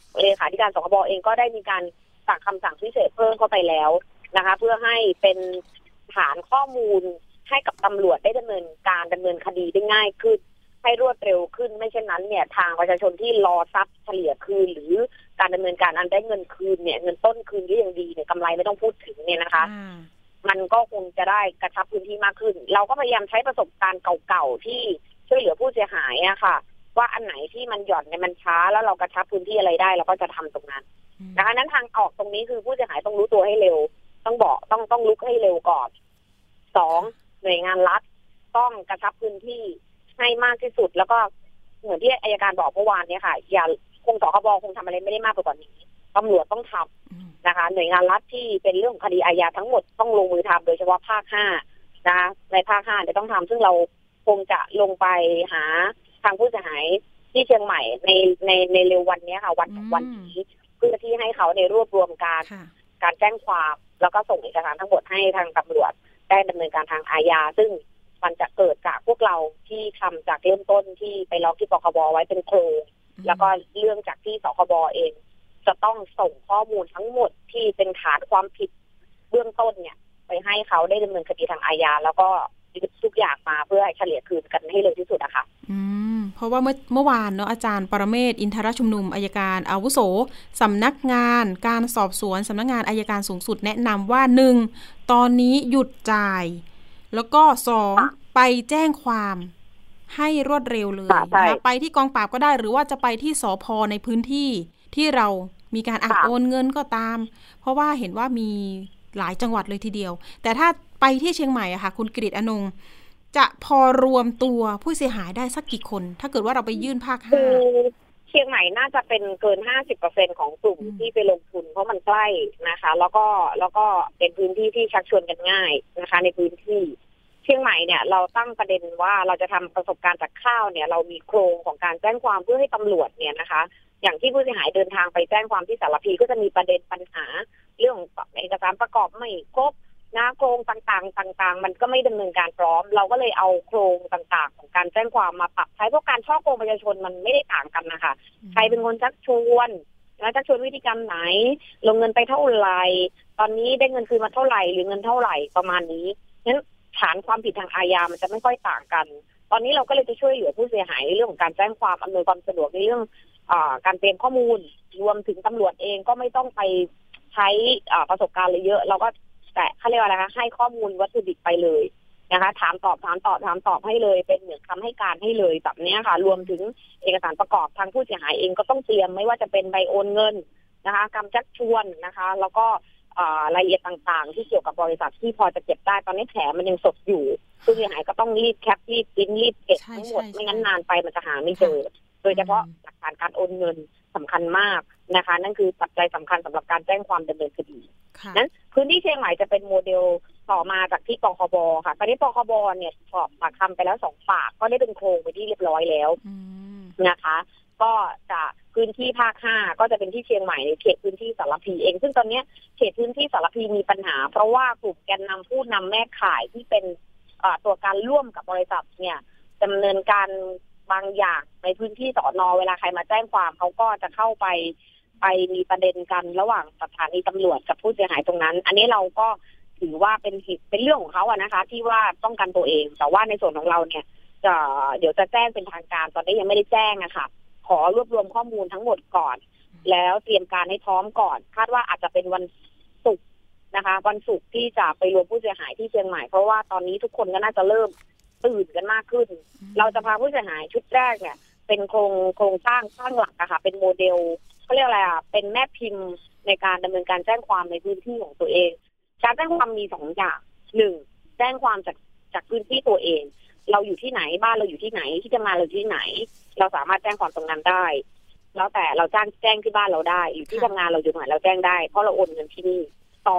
เลขาธิการสคบเองก็ได้มีการสั่งคำสั่งพิเศษเพิ่มเข้าไปแล้วนะคะเพื่อให้เป็นฐานข้อมูลให้กับตำรวจได้ดำเนินคดีได้ง่ายขึ้นให้รวดเร็วขึ้นไม่เช่นนั้นเนี่ยทางประชาชนที่รอทรัพย์เฉลี่ยคืนหรือการดำเนินการอันได้เงินคืนเนี่ยเงินต้นคืนก็ยังดีเนี่ยกำไรไม่ต้องพูดถึงเนี่ยนะคะมันก็คงจะได้กระชับพื้นที่มากขึ้นเราก็พยายามใช้ประสบการณ์เก่าๆที่ช่วยเหลือผู้เสียหายอะค่ะว่าอันไหนที่มันหย่อนเนี่ยมันช้าแล้วเรากระชับพื้นที่อะไรได้เราก็จะทำตรงนั้นนะคะนั้นทางออกตรงนี้คือผู้เสียหายต้องรู้ตัวให้เร็วต้องลุกให้เร็วก่อน2หน่วยงานรัฐต้องกระชับพื้นที่ให้มากที่สุดแล้วก็เหมือนที่อัยการบอกเมื่อวานเนี่ยค่ะอย่าคงสคบคงทำอะไรไม่ได้มากไปกว่านี้ตำรวจต้องทำนะคะหน่วยงานรัฐที่เป็นเรื่องคดีอาญาทั้งหมดต้องลงมือทำโดยเฉพาะภาค5นะคะในภาค5เนี่ยต้องทำซึ่งเราคงจะลงไปหาทางผู้เสียหายที่เชียงใหม่ในเร็ววันนี้ค่ะวัน2วันนี้เพื่อที่ให้เขาในรวบรวมการแจ้งความแล้วก็ส่งเอกสารทั้งหมดให้ทางตำรวจได้ดำเนินการทางอาญาซึ่งมันจะเกิดจากพวกเราที่ทำจากเริ่มต้นที่ไปร้องที่ปคบไว้เป็นโครงแล้วก็เรื่องจากที่สคบเองจะต้องส่งข้อมูลทั้งหมดที่เป็นฐานความผิดเบื้องต้นเนี่ยไปให้เขาได้ดำเนินคดีทางอาญาแล้วก็ทุกอย่างมาเพื่อเฉลี่ยคืนกันให้เร็วที่สุดนะคะเพราะว่าเมื่อวานเนาะอาจารย์ปรเมศวร์ อินทรชุมนุมอัยการอาวุโสสำนักงานการสอบสวนสำนักงานอัยการสูงสุดแนะนำว่า1ตอนนี้หยุดจ่ายแล้วก็2ไปแจ้งความให้รวดเร็วเลยนะคะไปที่กองปราบก็ได้หรือว่าจะไปที่สภ.ในพื้นที่ที่เรามีการโอนเงินก็ตามเพราะว่าเห็นว่ามีหลายจังหวัดเลยทีเดียวแต่ถ้าไปที่เชียงใหม่อะค่ะคุณกฤษอนงค์จะพอรวมตัวผู้เสียหายได้สักกี่คนถ้าเกิดว่าเราไปยื่นภาค5 คือเชียงใหม่น่าจะเป็นเกิน 50% ของกลุ่มที่ไปลงทุนเพราะมันใกล้นะคะแล้วก็เป็นพื้นที่ที่ชักชวนกันง่ายนะคะในพื้นที่เชียงใหม่เนี่ยเราตั้งประเด็นว่าเราจะทำประสบการณ์จากข้าวเนี่ยเรามีโครงของการแจ้งความเพื่อให้ตำรวจเนี่ยนะคะอย่างที่ผู้เสียหายเดินทางไปแจ้งความที่สารพีก็จะมีประเด็นปัญหาเรื่องเอกสารประกอบไม่ครบนะโครงต่างๆมันก็ไม่ดำเนินการพร้อมเราก็เลยเอาโครงต่างๆของการแจ้งความมาปรับใช้เพราะการช่อโกงประชาชนมันไม่ได้ต่างกันนะคะใครเป็นคนชักชวนแล้วชักชวนวิธีการไหนลงเงินไปเท่าไหร่ตอนนี้ได้เงินคืนมาเท่าไหร่หรือเงินเท่าไหร่ประมาณนี้งั้นฐานความผิดทางอาญามันจะไม่ค่อยต่างกันตอนนี้เราก็เลยจะช่วยเหลือผู้เสียหายในเรื่องของการแจ้งความอำนวยความสะดวกในเรื่องการเตรียมข้อมูลรวมถึงตำรวจเองก็ไม่ต้องไปใช้ประสบการณ์เลยเยอะเราก็แต่เขาเรียกว่าอะไรคะให้ข้อมูลวัตถุดิบไปเลยนะคะถามตอบให้เลยเป็นเหมือนคำให้การให้เลยแบบนี้ค่ะรวมถึงเอกสารประกอบทางผู้เสียหายเองก็ต้องเตรียมไม่ว่าจะเป็นใบโอนเงินนะคะคำชักชวนนะคะแล้วก็รายละเอียดต่างๆที่เกี่ยวกับบริษัทที่พอจะเก็บได้ตอนนี้แผลมันยังสดอยู่ผู้เสียหายก็ต้องรีบแคปรีบพิมพ์รีบเก็บทั้งหมดไม่งั้นนานไปมันจะหาไม่เจอโดยเฉพาะหลักฐานการโอนเงินสำคัญมากนะคะนั่นคือปัจจัยสำคัญสำหรับการแจ้งความดำเนินคดีนั้นพื้นที่เชียงใหม่จะเป็นโมเดลต่อมาจากที่ปคบค่ะตอนนี้ปคบเนี่ยสอบปากคำไปแล้ว2 ปากก็ได้เป็นโครงไปที่เรียบร้อยแล้วนะคะก็จะพื้นที่ภาค5ก็จะเป็นที่เชียงใหม่ในเขตพื้นที่สารพีเองซึ่งตอนนี้เขตพื้นที่สารพีมีปัญหาเพราะว่ากลุ่มแกนนำผู้นำแม่ขายที่เป็นตัวการร่วมกับบริษัทเนี่ยดำเนินการบางอย่างในพื้นที่สน.เวลาใครมาแจ้งความเขาก็จะเข้าไปมีประเด็นกันระหว่างสถานีตำรวจกับผู้เสียหายตรงนั้นอันนี้เราก็ถือว่าเป็นเรื่องของเขาอะนะคะที่ว่าป้องกันตัวเองแต่ว่าในส่วนของเราเนี่ยเดี๋ยวจะแจ้งเป็นทางการตอนนี้ยังไม่ได้แจ้งนะคะขอรวบรวมข้อมูลทั้งหมดก่อนแล้วเตรียมการให้พร้อมก่อนคาดว่าอาจจะเป็นวันศุกร์นะคะวันศุกร์ที่จะไปรวมผู้เสียหายที่เชียงใหม่เพราะว่าตอนนี้ทุกคนก็น่าจะเริ่มตื่นกันมากขึ้นเราจะพาผู้เสียหายชุดแรกเนี่ยเป็นโครงสร้างหลักนะคะเป็นโมเดลเขาเรียกอะไรอ่ะเป็นแม่พิมพ์ในการดำเนินการแจ้งความในพื้นที่ของตัวเองการแจ้งความมี2 อย่าง1แจ้งความจากพื้นที่ตัวเองเราอยู่ที่ไหนบ้านเราอยู่ที่ไหนที่ทำงานเราที่ไหนเราสามารถแจ้งความตรงนั้นได้แล้วแต่เราแจ้งที่บ้านเราได้อยู่ที่ทำงานเราอยู่ไหนเราแจ้งได้เพราะเราโอนเงินที่นี่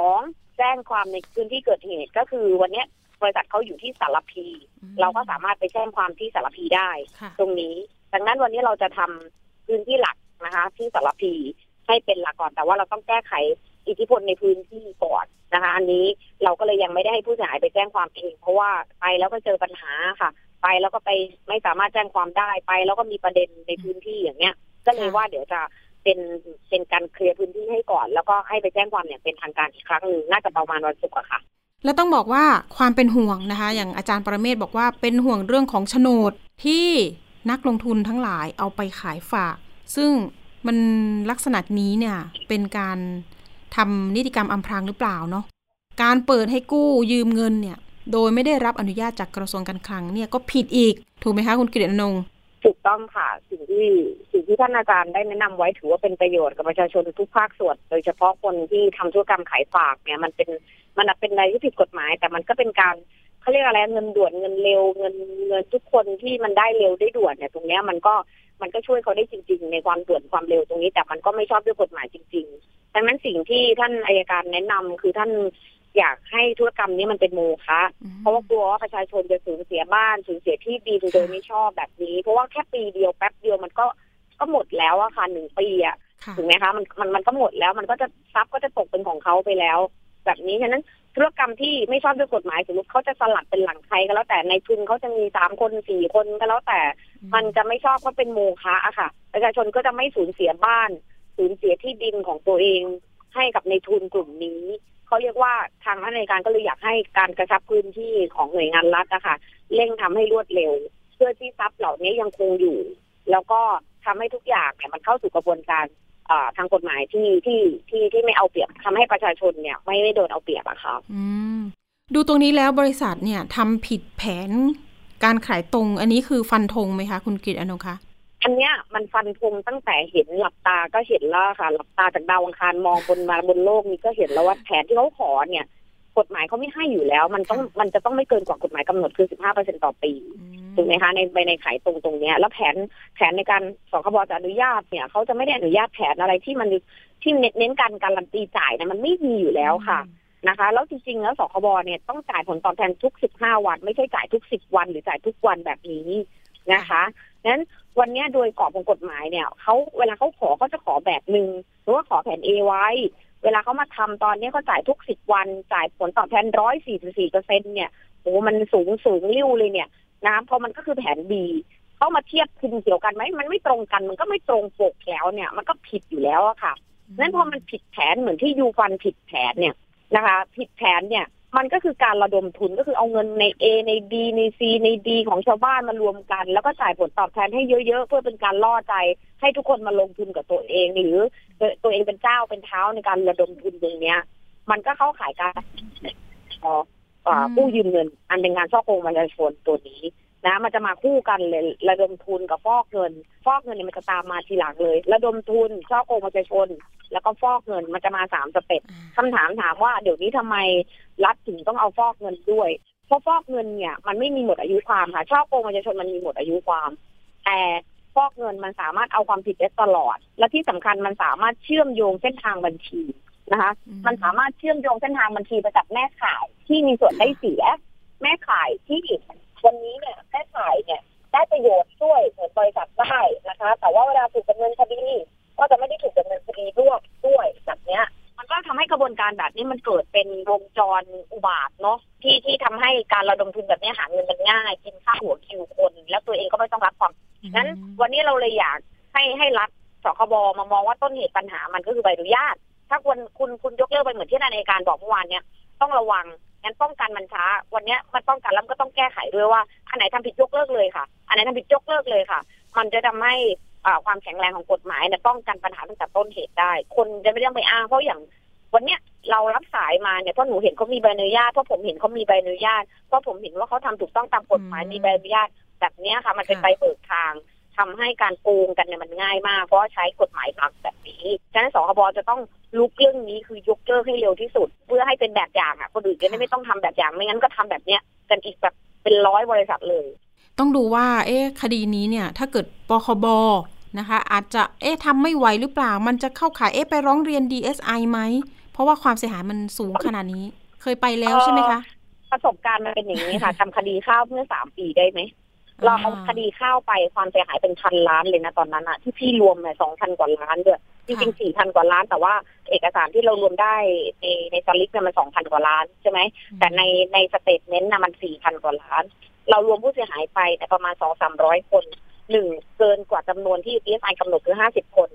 2แจ้งความในพื้นที่เกิดเหตุก็คือวันนี้บริษัทเขาอยู่ที่สารพีเราก็สามารถไปแจ้งความที่สารพีได้ตรงนี้ดังนั้นวันนี้เราจะทำพื้นที่หลักนะคะที่สารพีให้เป็นหลักก่อนแต่ว่าเราต้องแก้ไขอิทธิพลในพื้นที่ก่อนนะคะอันนี้เราก็เลยยังไม่ได้ให้ผู้เสียหายไปแจ้งความเองเพราะว่าไปแล้วก็เจอปัญหาค่ะไปแล้วก็ไปไม่สามารถแจ้งความได้ไปแล้วก็มีประเด็นในพื้นที่อย่างเงี้ยก็เลยว่าเดี๋ยวจะเป็นการเคลียร์พื้นที่ให้ก่อนแล้วก็ให้ไปแจ้งความอย่างเป็นทางการอีกครั้งนึงน่าจะประมาณวันศุกร์อะค่ะแล้วต้องบอกว่าความเป็นห่วงนะคะอย่างอาจารย์ปรเมศบอกว่าเป็นห่วงเรื่องของโฉนดที่นักลงทุนทั้งหลายเอาไปขายฝากซึ่งมันลักษณะนี้เนี่ยเป็นการทำนิติกรรมอำพรางหรือเปล่าเนาะการเปิดให้กู้ยืมเงินเนี่ยโดยไม่ได้รับอนุญาตจากกระทรวงการคลังเนี่ยก็ผิดอีกถูกไหมคะคุณกฤษณงค์ถูกต้องค่ะสิ่งที่ท่านอาจารย์ได้แนะนำไว้ถือว่าเป็นประโยชน์กับประชาชนทุกภาคส่วนโดยเฉพาะคนที่ทำธุรกรรมขายฝากเนี่ยมันเป็นอะไรที่ผิดกฎหมายแต่มันก็เป็นการเขาเรียกอะไรเงินด่วนเงินเร็วเงินทุกคนที่มันได้เร็วได้ด่วนเนี่ยตรงเนี้ยมันก็ช่วยเขาได้จริงๆในความด่วนความเร็วตรงนี้แต่มันก็ไม่ชอบด้วยกฎหมายจริงๆดังนั้นสิ่งที่ท่านอัยการแนะนำคือท่านอยากให้ธุรกรรมนี้มันเป็นโมฆะเพราะว่ากลัวว่าประชาชนจะสูญเสียบ้านสูญเสียที่ดินโดยไม่ชอบแบบนี้เพราะว่าแค่ปีเดียวแป๊บเดียวมันก็หมดแล้วอะค่ะ1 ปีอะถูกไหมคะมันก็หมดแล้วมันก็จะทรัพย์ก็จะตกเป็นของเขาไปแล้วแบบนี้ฉะนั้นธุรกรรมที่ไม่ชอบด้วยกฎหมายสมมติเขาจะสลัดเป็นหลังใครก็แล้วแต่ในทุนเขาจะมี3 คน4 คนก็แล้วแต่มันจะไม่ชอบก็เป็นโมฆะอะค่ะประชาชนก็จะไม่สูญเสียบ้านสูญเสียที่ดินของตัวเองให้กับในทุนกลุ่มนี้เขาเรียกว่าทางราชการก็เลยอยากให้การกระชับพื้นที่ของหน่วยงานรัฐนะคะเร่งทำให้รวดเร็วเพื่อที่ทรัพย์เหล่านี้ยังคงอยู่แล้วก็ทำให้ทุกอย่างเนี่ยมันเข้าสู่กระบวนการทางกฎหมายที่ไม่เอาเปรียบทำให้ประชาชนเนี่ยไม่โดนเอาเปรียบอะค่ะดูตรงนี้แล้วบริษัทเนี่ยทำผิดแผนการขายตรงอันนี้คือฟันธงไหมคะคุณกฤษณงค์คะอันเนี้ยมันฟันธงตั้งแต่เห็นหลับตาก็เห็นแล้วค่ะหลับตาจากดาวอังคารมองบนโลกนี้ก็เห็นแล้วว่าแผนที่เขาขอเนี่ยกฎหมายเขาไม่ให้อยู่แล้วมันจะต้องไม่เกินกว่ากฎหมายกำหนดคือ 15% ต่อปีถูกไหมคะในขายตรงเนี้ยแล้วแผนในการสคบจะอนุญาตเนี่ยเขาจะไม่ได้อนุญาตแผนอะไรที่มันที่เน้นการันตีจ่ายนะมันไม่มีอยู่แล้วค่ะนะคะแล้วจริงๆแล้วสคบเนี่ยต้องจ่ายผลตอบแทนทุก15 วันไม่ใช่จ่ายทุก10 วันหรือจ่ายทุกวันแบบนี้นะคะนั้นวันนี้โดยกรอบของกฎหมายเนี่ยเวลาเขาจะขอแบบนึงหรือว่าขอแผน A ไว้เวลาเขามาทำตอนนี้เขาจ่ายทุก10 วันจ่ายผลตอบแทน 144% เนี่ยโอ้มันสูงริ้วเลยเนี่ยนะเพราะมันก็คือแผน B เข้ามาเทียบคุณเกี่ยวกันไหมมันไม่ตรงกันมันก็ไม่ตรงปกแล้วเนี่ยมันก็ผิดอยู่แล้วอะค่ะนั้นพอมันผิดแผนเหมือนที่ยูฟันผิดแผนเนี่ยนะคะผิดแผนเนี่ยมันก็คือการระดมทุนก็คือเอาเงินใน A ใน B ใน C ใน D ของชาวบ้านมารวมกันแล้วก็จ่ายผลตอบแทนให้เยอะๆเพื่อเป็นการล่อใจให้ทุกคนมาลงทุนกับตัวเองหรือตัวเองเป็นเจ้าเป็นเท้าในการระดมทุนตรงนี้มันก็เข้าข่ายการกู้ยืมเงินอันเป็นงานฉ้อโกงประชาชนตัวนี้นะมันจะมาคู่กันเลยระดมทุนกับฟอกเงินเนี่ยมันจะตามมาทีหลังเลยระดมทุนฉ้อโกงประชาชนแล้วก็ฟอกเงินมันจะมา3 สเต็ปคำถามว่าเดี๋ยวนี้ทำไมรัฐถึงต้องเอาฟอกเงินด้วยเพราะฟอกเงินเนี่ยมันไม่มีหมดอายุความค่ะฉ้อโกงประชาชนมันมีหมดอายุความแต่ฟอกเงินมันสามารถเอาความผิดได้ตลอดและที่สำคัญมันสามารถเชื่อมโยงเส้นทางบัญชีนะคะมันสามารถเชื่อมโยงเส้นทางบัญชีไปกับแม่ขายที่มีส่วนได้เสียแม่ขายที่วันนี้เนี่ยแม่ขายเนี่ยได้ประโยชน์ด้วยเหมือนบริษัทได้นะคะแต่ว่าเวลาถูกดำเนินคดีก็จะไม่ได้ถูกดำเนินคดีด้วยแบบเนี้ยมันก็ทำให้กระบวนการแบบนี้มันเกิดเป็นวงจรอุบาทเนาะที่ทำให้การระดมทุนแบบนี้หาเงินมันง่ายกินข้าวหัวคิวคนแล้วตัวเองก็ไม่ต้องรับความนั้นวันนี้เราเลยอยากให้รัฐสคบมามองว่าต้นเหตุปัญหามันก็คือใบอนุญาตถ้าคุณยกเลิกไปเหมือนที่นายอัยการบอกเมื่อวานเนี่ยต้องระวังงั้นป้องกันมันช้าวันนี้มันป้องกันแล้วก็ต้องแก้ไขด้วยว่าอันไหนทำผิดยกเลิกเลยค่ะอันไหนทำผิดยกเลิกเลยค่ะมันจะทำให้ความแข็งแรงของกฎหมายเนี่ยป้องกันปัญหาตั้งแต่ต้นเหตุได้คนจะไม่ต้องไปอ้างเพราะอย่างวันเนี้ยเรารับสายมาเนี่ยเพราะหนูเห็นเขามีใบอนุญาตเพราะผมเห็นเขามีใบอนุญาตเพราะผมเห็นว่าเขาทำถูกต้องตามกฎหมายมีใบอนุญาตแบบนี้ค่ะมันเป็นใบเปิดทางทำให้การโกงกันเนี่ยมันง่ายมากเพราะใช้กฎหมายหลักแบบนี้ฉะนั้นสคบจะต้องลุกเรื่องนี้คือยกเลิกให้เร็วที่สุดเพื่อให้เป็นแบบอย่างอ่ะคนอื่นจะไม่ต้องทำแบบอย่างไม่งั้นก็ทำแบบเนี้ยกันอีกแบบเป็น100 บริษัทเลยต้องดูว่าคดีนี้เนี่ยถ้าเกิดปคบนะคะอาจจะทำไม่ไหวหรือเปล่ามันจะเข้าข่ายไปร้องเรียน DSI ไหมเพราะว่าความเสียหายมันสูงขนาดนี้เคยไปแล้วใช่ไหมคะประสบการณ์มันเป็นอย่างนี้ค่ะทำคดีข้าวเมื่อ3 ปีได้ไหมเราเอาคดีข้าวไปความเสียหายเป็น1,000 ล้านเลยนะตอนนั้นอะที่พี่รวมเนี่ย2,000 กว่าล้านด้วยจริงๆ 4,000 กว่าล้านแต่ว่าเอกสารที่เรารวมได้ในสลิปเนี่ยมัน 2,000 กว่าล้านใช่ไหมแต่ในสเตทเมนต์นะมัน 4,000 กว่าล้านเรารวมผู้เสียหายไปแต่ประมาณ 200-300 คน1เกินกว่าจำนวนที่ DSI กำหนดคือ50 คน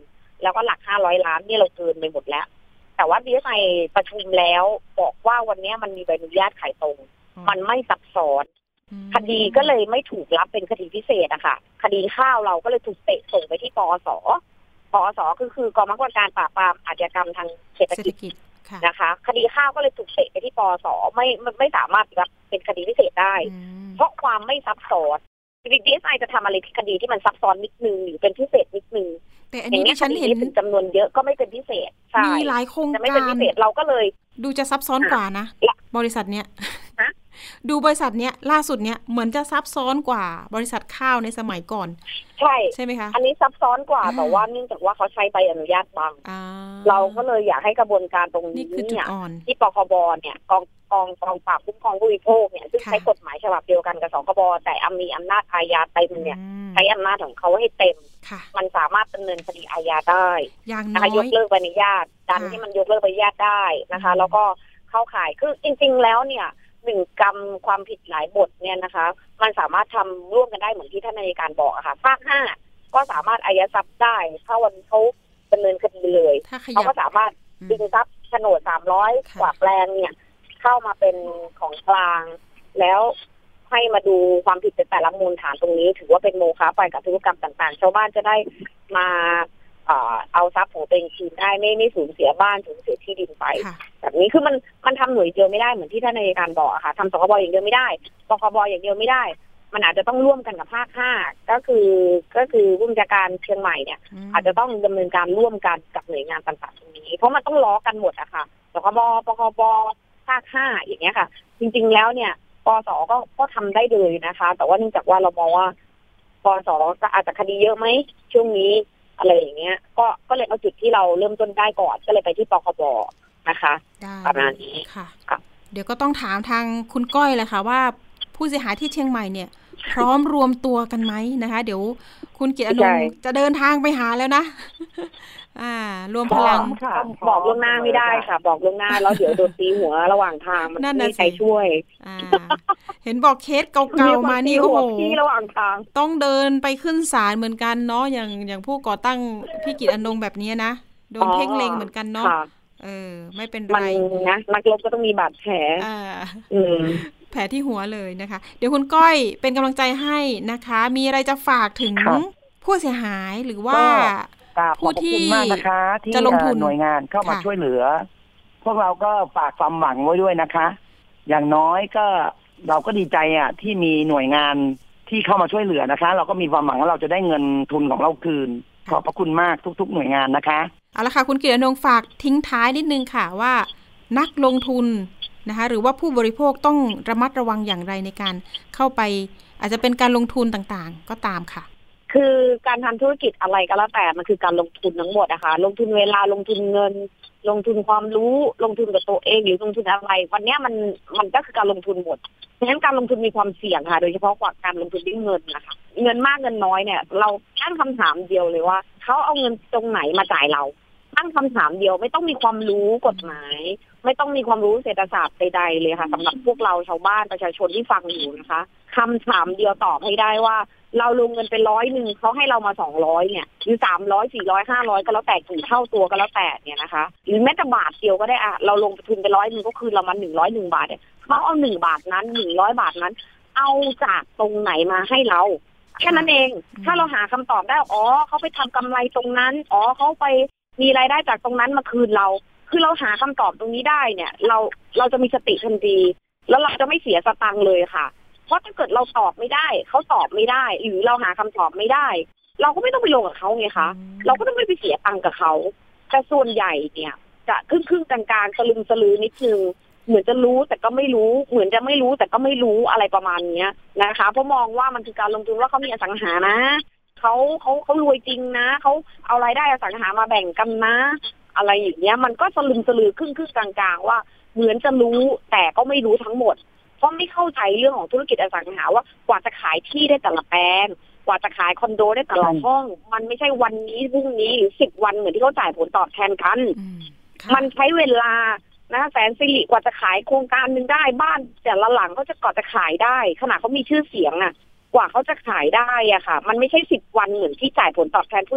แล้วก็หลัก500 ล้านนี่เราเกินไปหมดแล้วแต่ว่า DSI ประชุมแล้วบอกว่าวันนี้มันมีใบอนุญาตขายตรงมันไม่ซับซ้อนคดีก็เลยไม่ถูกรับเป็นคดีพิเศษอะค่ะคดีข้าวเราก็เลยถูกเตะส่งไปที่ปอส.คือกองบังคับการปราบปรามอาชญากรรมทางเศรษฐกิจนะคะคดีข้าวก็เลยถูกเตะไปที่ปอส.ไม่สามารถรับเป็นคดีพิเศษได้เพราะความไม่ซับซ้อนDSI จะทำอะไรคดีที่มันซับซ้อนนิดนึงหรือเป็นพิเศษนิดนึงแต่อันนี้ที่ฉันเห็นจำนวนเยอะก็ไม่เป็นพิเศษมีหลายโครงการไม่เป็นพิเศษเราก็เลยดูจะซับซ้อนกว่านะบริษัทเนี้ยดูบริษัทเนี้ยล่าสุดเนี้ยเหมือนจะซับซ้อนกว่าบริษัทข้าวในสมัยก่อนใช่ไหมคะอันนี้ซับซ้อนกว่าแต่ว่าเนื่องจากว่าเขาใช้ใบอนุญาตบังเราก็เลยอยากให้กระบวนการตรงนี้เนี่ยที่ปคบเนี่ยกองปราบคุ้มครองผู้บริโภคเนี่ยซึ่งใช้กฎหมายฉบับเดียวกันกับสคบแต่มีอำนาจอาญาเต็มเนี่ยใช้อำนาจของเขาให้เต็มมันสามารถดำเนินคดีอาญาได้นะคะยกเลิกใบอนุญาตดันที่มันยกเลิกใบอนุญาตได้นะคะแล้วก็เข้าข่ายคือจริงๆแล้วเนี่ย1 กรรมความผิดหลายบทเนี่ยนะคะมันสามารถทำร่วมกันได้เหมือนที่ท่านอัยการบอกอะค่ะภาค5ก็สามารถอายัดทรัพย์ได้ถ้าวันเขาดำเนินคดีเลยเขาก็สามารถดึงทรัพย์โฉนด300 กว่าแปลงเนี่ยเข้ามาเป็นของกลางแล้วให้มาดูความผิดแต่ละมูลฐานตรงนี้ถือว่าเป็นโมฆะไปกับธุรกรรมต่างๆชาวบ้านจะได้มาเอาทรัพย์ของตัวเองคืนได้ไม่สูญเสียบ้านสูญเสียที่ดินไปแบบนี้คือมันทำหน่วยเดียวไม่ได้เหมือนที่ท่านอัยการบอกอะค่ะทำสคบอย่างเดียวไม่ได้ปคบอย่างเดียวไม่ได้มันอาจจะต้องร่วมกันกับภาค5ก็คือผู้บัญชาการเชียงใหม่เนี่ยอาจจะต้องดำเนินการร่วมกันกับหน่วยงานต่างๆตรงนี้เพราะมันต้องล้อกันหมดอะค่ะสคบปคบภาค5อย่างเงี้ยค่ะจริงๆแล้วเนี่ยปส.ก็ทำได้เลยนะคะแต่ว่าเนื่องจากว่าเรามองว่าปส.ก็อาจจะคดีเยอะไหมช่วงนี้อะไรอย่างเงี้ยก็เลยเอาจุดที่เราเริ่มต้นได้ก่อนก็เลยไปที่ปคบนะคะประมาณนี้ค่ะเดี๋ยวก็ต้องถามทางคุณก้อยเลยค่ะว่าผู้เสียหายที่เชียงใหม่เนี่ยพร้อมรวมตัวกันไหมนะคะเดี๋ยวคุณกิตติอนงค์จะเดินทางไปหาแล้วนะรวมพลังบอกล่วงหน้าไม่ได้ค่ะบอกล่วงหน้าแล้วเดี๋ยวโดนตีหัวระหว่างทางมันไม่ใครช่วยเห็นบอกเคสเก่าๆมานี่โอ้โหระหว่างทางต้องเดินไปขึ้นศาลเหมือนกันเนาะอย่างผู้ก่อตั้งพี่กิตติอนงค์แบบนี้นะโดนเพ่งเล็งเหมือนกันเนาะไม่เป็นไรนะนักรบก็ต้องมีบาดแผลแผลที่หัวเลยนะคะเดี๋ยวคุณก้อยเป็นกำลังใจให้นะคะมีอะไรจะฝากถึงผู้เสียหายหรือว่าผู้ที่จะลงทุนหน่วยงานเข้ามาช่วยเหลือพวกเราก็ฝากความหวังไว้ด้วยนะคะอย่างน้อยก็เราก็ดีใจที่มีหน่วยงานที่เข้ามาช่วยเหลือนะคะเราก็มีความหวังว่าเราจะได้เงินทุนของเราคืนขอบพระคุณมากทุกๆหน่วยงานนะคะเอาละค่ะคุณกิตติอนงค์ฝากทิ้งท้ายนิดนึงค่ะว่านักลงทุนนะคะหรือว่าผู้บริโภคต้องระมัดระวังอย่างไรในการเข้าไปอาจจะเป็นการลงทุนต่างๆก็ตามค่ะคือการทำธุรกิจอะไรก็แล้วแต่มันคือการลงทุนทั้งหมดนะคะลงทุนเวลาลงทุนเงินลงทุนความรู้ลงทุนกับตัวเองหรือลงทุนอะไรวันนี้มันก็คือการลงทุนหมดเพราะฉะนั้นการลงทุนมีความเสี่ยงค่ะโดยเฉพาะการลงทุนด้วยเงินนะคะเงินมากเงินน้อยเนี่ยเราตั้งคำถามเดียวเลยว่าเขาเอาเงินตรงไหนมาจ่ายเราตั้งคำถามเดียวไม่ต้องมีความรู้กฎหมายไม่ต้องมีความรู้เศรษฐศาสตร์ใดๆเลยค่ะสำหรับพวกเราชาวบ้านประชาชนที่ฟังอยู่นะคะคำถามเดียวตอบให้ได้ว่าเราลงเงินไป100เขาให้เรามา200เนี่ยหรือ300 400 500ก็แล้วแต่กี่เท่าตัวก็แล้วแต่เนี่ยนะคะหรือแม้แต่บาทเดียวก็ได้เราลงทุนไป100ก็คือเรามา101 บาทเนี่ยเขาเอา1 บาทนั้น100 บาทนั้นเอาจากตรงไหนมาให้เราแค่นั้นเองถ้าเราหาคำตอบได้เขาไปทำกำไรตรงนั้นเขาไปมีรายได้จากตรงนั้นมาคืนเราคือเราหาคำตอบตรงนี้ได้เนี่ยเราจะมีสติทันทีแล้วเราจะไม่เสียสตังค์เลยค่ะเพราะถ้าเกิดเราตอบไม่ได้เขาตอบไม่ได้หรือเราหาคำตอบไม่ได้เราก็ไม่ต้องไปลงกับเขาไงคะเราก็ต้องไม่ไปเสียตังค์กับเขาแต่ส่วนใหญ่เนี่ยจะครึ่งกลางๆสลึมสลือนิดนึงเหมือนจะรู้แต่ก็ไม่รู้เหมือนจะไม่รู้แต่ก็ไม่รู้อะไรประมาณนี้นะคะเพราะมองว่ามันคือการลงทุนว่าเขามีอสังหานะเขารวยจริงนะเขาเอารายได้อสังหามาแบ่งกันนะอะไรอย่างเงี้ยมันก็สลึมสลือครึ่งกลางๆว่าเหมือนจะรู้แต่ก็ไม่รู้ทั้งหมดเพราะไม่เข้าใจเรื่องของธุรกิจอสังหาว่ากว่าจะขายที่ได้แต่ละแปลงกว่าจะขายคอนโดได้แต่ละห้องมันไม่ใช่วันนี้พรุ่งนี้หรือ10 วันเหมือนที่เขาจ่ายผลตอบแทนกันมันใช้เวลานะแสนสิริกว่าจะขายโครงการนึงได้บ้านแต่ละหลังเขาจะก่อนจะขายได้ขนาดเขามีชื่อเสียงกว่าเขาจะขายได้ค่ะมันไม่ใช่10 วันเหมือนที่จ่ายผลตอบแทน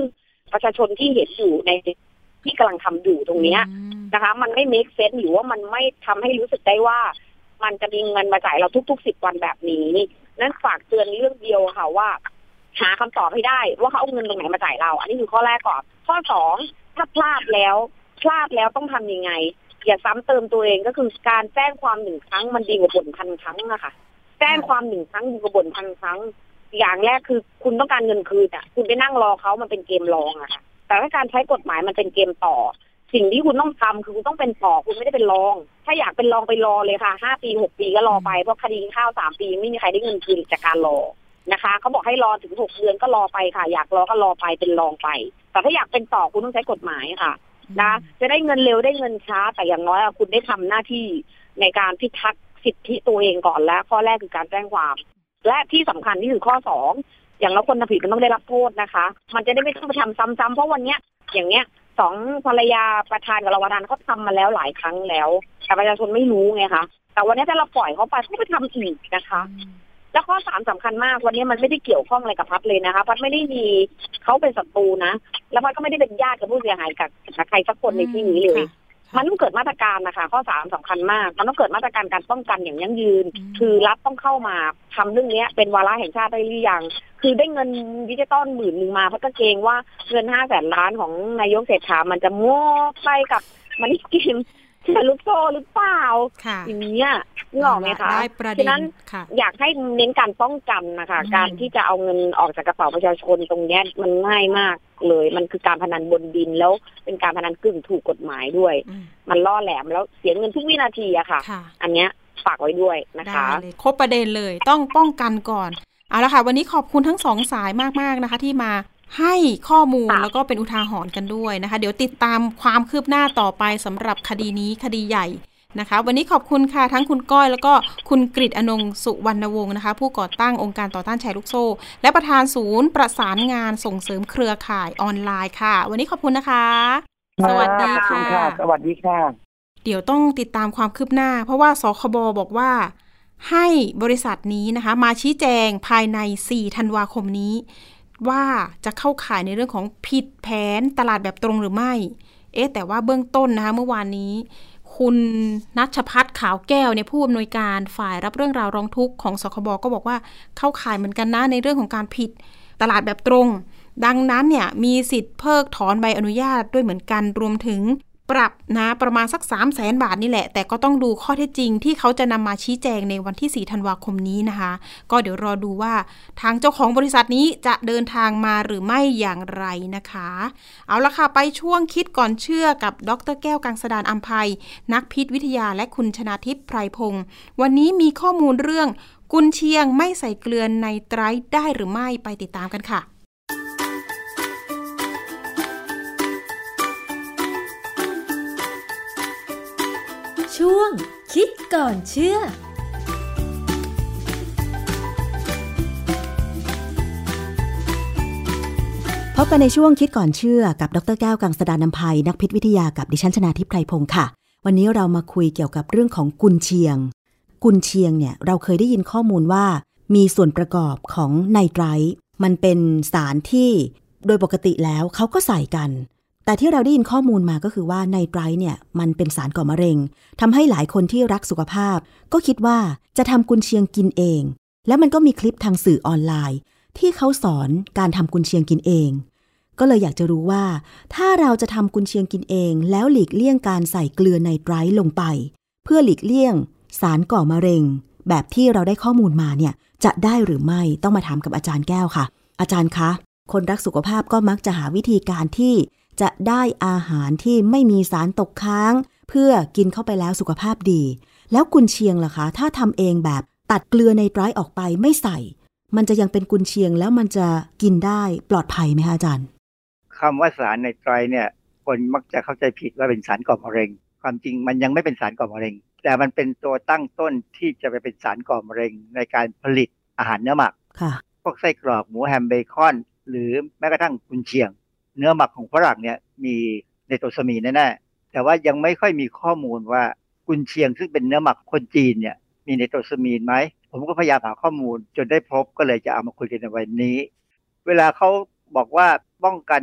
ประชาชนที่เห็นอยู่ในที่กำลังทำอยู่ตรงนี้นะคะมันไม่ make sense หรือว่ามันไม่ทำให้รู้สึกได้ว่ามันจะมีเงินมาจ่ายเราทุกๆ10 วันแบบนี้นั้นฝากเตือนเรื่องเดียวค่ะว่าหาคำตอบให้ได้ว่าเขาเอาเงินตรงไหนมาจ่ายเราอันนี้คือข้อแรกก่อนข้อ2ถ้าพลาดแล้วต้องทำยังไงอย่าซ้ำเติมตัวเองก็คือการแจ้งความ1 ครั้งมันดีกว่าบ่น1,000 ครั้งนะคะแจ้งความ1 ครั้งดีกว่าบ่น1,000 ครั้งอย่างแรกคือคุณต้องการเงินคืนคุณไปนั่งรอเขามันเป็นเกมรองอะค่ะแต่ถ้าการใช้กฎหมายมันเป็นเกมต่อสิ่งที่คุณต้องทำคือคุณต้องเป็นต่อคุณไม่ได้เป็นรองถ้าอยากเป็นรองไปรอเลยค่ะ5 ปี6 ปีก็รอไปเพราะคดีข้าว3 ปีไม่มีใครได้เงินคืนจากการรอนะคะเขาบอกให้รอถึง6 เดือนก็รอไปค่ะอยากรอก็รอไปเป็นรองไปแต่ถ้าอยากเป็นต่อคุณต้องใช้กฎหมายค่ะนะจะได้เงินเร็วได้เงินช้าแต่อย่างน้อยคุณได้ทำหน้าที่ในการพิทักษ์สิทธิตัวเองก่อนแล้วข้อแรกคือการแจ้งความและที่สำคัญที่คือข้อ2อย่างเราคนทำผิดมันต้องได้รับโทษนะคะมันจะได้ไม่ต้องไปทำซ้ำๆเพราะวันเนี้ยอย่างเนี้ย2 ภรรยาประธานกับรองประธานเขาทำมาแล้วหลายครั้งแล้วแต่ประชาชนไม่รู้ไงคะแต่วันนี้ถ้าเราปล่อยเขาไปเขาไปทำอีกนะคะแล้วข้อ3สำคัญมากวันนี้มันไม่ได้เกี่ยวข้องอะไรกับพัดเลยนะคะพัดไม่ได้มีเขาเป็นศัตรูนะแล้วพัดก็ไม่ได้เป็นญาติกับผู้เสียหายกับใครสักคนในที่นี้เลยมันต้องเกิดมาตรการนะคะข้อ3สำคัญมากมันต้องเกิดมาตรการการป้องกันอย่างยั่งยืนคือรัฐต้องเข้ามาทำเรื่องนี้เป็นวาระแห่งชาติได้หรือยังคือได้เงินดิจิตอล10,000มาพัดก็เกรงว่าเงิน500,000 ล้านของนายกเศรษฐามันจะมั่วไปกับมันเกมจะลุกโซ่หรือเปล่าอย่างนี้นึกออกไหมคะฉะนั้นอยากให้เน้นการป้องกันนะคะการที่จะเอาเงินออกจากกระเป๋าประชาชนตรงนี้มันง่ายมากเลยมันคือการพนันบนดินแล้วเป็นการพนันกึ่งถูกกฎหมายด้วยมันล่อแหลมแล้วเสียเงินทุกวินาทีอะค่ะอันเนี้ยฝากไว้ด้วยนะคะครบประเด็นเลยต้องป้องกันก่อนเอาละค่ะวันนี้ขอบคุณทั้ง2 สายมากๆนะคะที่มาให้ข้อมูลแล้วก็เป็นอุทาหรณ์กันด้วยนะคะเดี๋ยวติดตามความคืบหน้าต่อไปสำหรับคดีนี้คดีใหญ่นะคะวันนี้ขอบคุณค่ะทั้งคุณก้อยแล้วก็คุณกฤษ อนงค์ สุวรรณวงศ์นะคะผู้ก่อตั้งองค์การต่อต้านแชร์ลูกโซ่และประธานศูนย์ประสานงานส่งเสริมเครือข่ายออนไลน์ค่ะวันนี้ขอบคุณนะคะสวัสดีค่ะสวัสดีค่ะเดี๋ยวต้องติดตามความคืบหน้าเพราะว่าสคบบอกว่าให้บริษัทนี้นะคะมาชี้แจงภายใน4 ธันวาคมนี้ว่าจะเข้าข่ายในเรื่องของผิดแผนตลาดแบบตรงหรือไม่แต่ว่าเบื้องต้นนะคะเมื่อวานนี้คุณณัชภัทร ขาวแก้วเนี่ยผู้อำนวยการฝ่ายรับเรื่องราวร้องทุกข์ของสคบก็บอกว่าเข้าข่ายเหมือนกันนะในเรื่องของการผิดตลาดแบบตรงดังนั้นเนี่ยมีสิทธิ์เพิกถอนใบอนุญาตด้วยเหมือนกันรวมถึงปรับนะประมาณสัก 300,000 บาทนี่แหละแต่ก็ต้องดูข้อเท็จจริงที่เขาจะนำมาชี้แจงในวันที่4 ธันวาคมนี้นะคะก็เดี๋ยวรอดูว่าทางเจ้าของบริษัทนี้จะเดินทางมาหรือไม่อย่างไรนะคะเอาละค่ะไปช่วงคิดก่อนเชื่อกับดร.แก้วกังสดาลอำไพนักพิษวิทยาและคุณชนาทิพย์ไพรพงศ์วันนี้มีข้อมูลเรื่องกุนเชียงไม่ใส่เกลือในไตรได้หรือไม่ไปติดตามกันค่ะช่วงคิดก่อนเชื่อพบกันในช่วงคิดก่อนเชื่อกับดร.แก้วกังสดาลอำไพนักพิษวิทยากับดิฉันชนาทิพย์ไพรพงศ์ค่ะวันนี้เรามาคุยเกี่ยวกับเรื่องของกุนเชียงกุนเชียงเนี่ยเราเคยได้ยินข้อมูลว่ามีส่วนประกอบของไนไตรท์มันเป็นสารที่โดยปกติแล้วเขาก็ใส่กันแต่ที่เราได้ยินข้อมูลมาก็คือว่าไนไตรท์เนี่ยมันเป็นสารก่อมะเร็งทำให้หลายคนที่รักสุขภาพก็คิดว่าจะทำกุนเชียงกินเองแล้วมันก็มีคลิปทางสื่อออนไลน์ที่เขาสอนการทำกุนเชียงกินเองก็เลยอยากจะรู้ว่าถ้าเราจะทำกุนเชียงกินเองแล้วหลีกเลี่ยงการใส่เกลือไนไตรท์ลงไปเพื่อหลีกเลี่ยงสารก่อมะเร็งแบบที่เราได้ข้อมูลมาเนี่ยจะได้หรือไม่ต้องมาถามกับอาจารย์แก้วค่ะอาจารย์คะคนรักสุขภาพก็มักจะหาวิธีการที่จะได้อาหารที่ไม่มีสารตกค้างเพื่อกินเข้าไปแล้วสุขภาพดีแล้วกุนเชียงล่ะคะถ้าทำเองแบบตัดเกลือไนไตรท์ออกไปไม่ใส่มันจะยังเป็นกุนเชียงแล้วมันจะกินได้ปลอดภัยไหมคะอาจารย์คำว่าสารไนไตรท์เนี่ยคนมักจะเข้าใจผิดว่าเป็นสารก่อมะเร็งความจริงมันยังไม่เป็นสารก่อมะเร็งแต่มันเป็นตัวตั้งต้นที่จะไปเป็นสารก่อมะเร็งในการผลิตอาหารเนื้อหมักพวกไส้กรอกหมูแฮมเบคอนหรือแม้กระทั่งกุนเชียงเนื้อหมักของฝรั่งเนี่ยมีไนโตซามีนแน่ๆแต่ว่ายังไม่ค่อยมีข้อมูลว่ากุนเชียงซึ่งเป็นเนื้อหมักคนจีนเนี่ยมีไนโตซามีนไหมผมก็พยายามหาข้อมูลจนได้พบก็เลยจะเอามาคุยกันในวันนี้เวลาเขาบอกว่าป้องกัน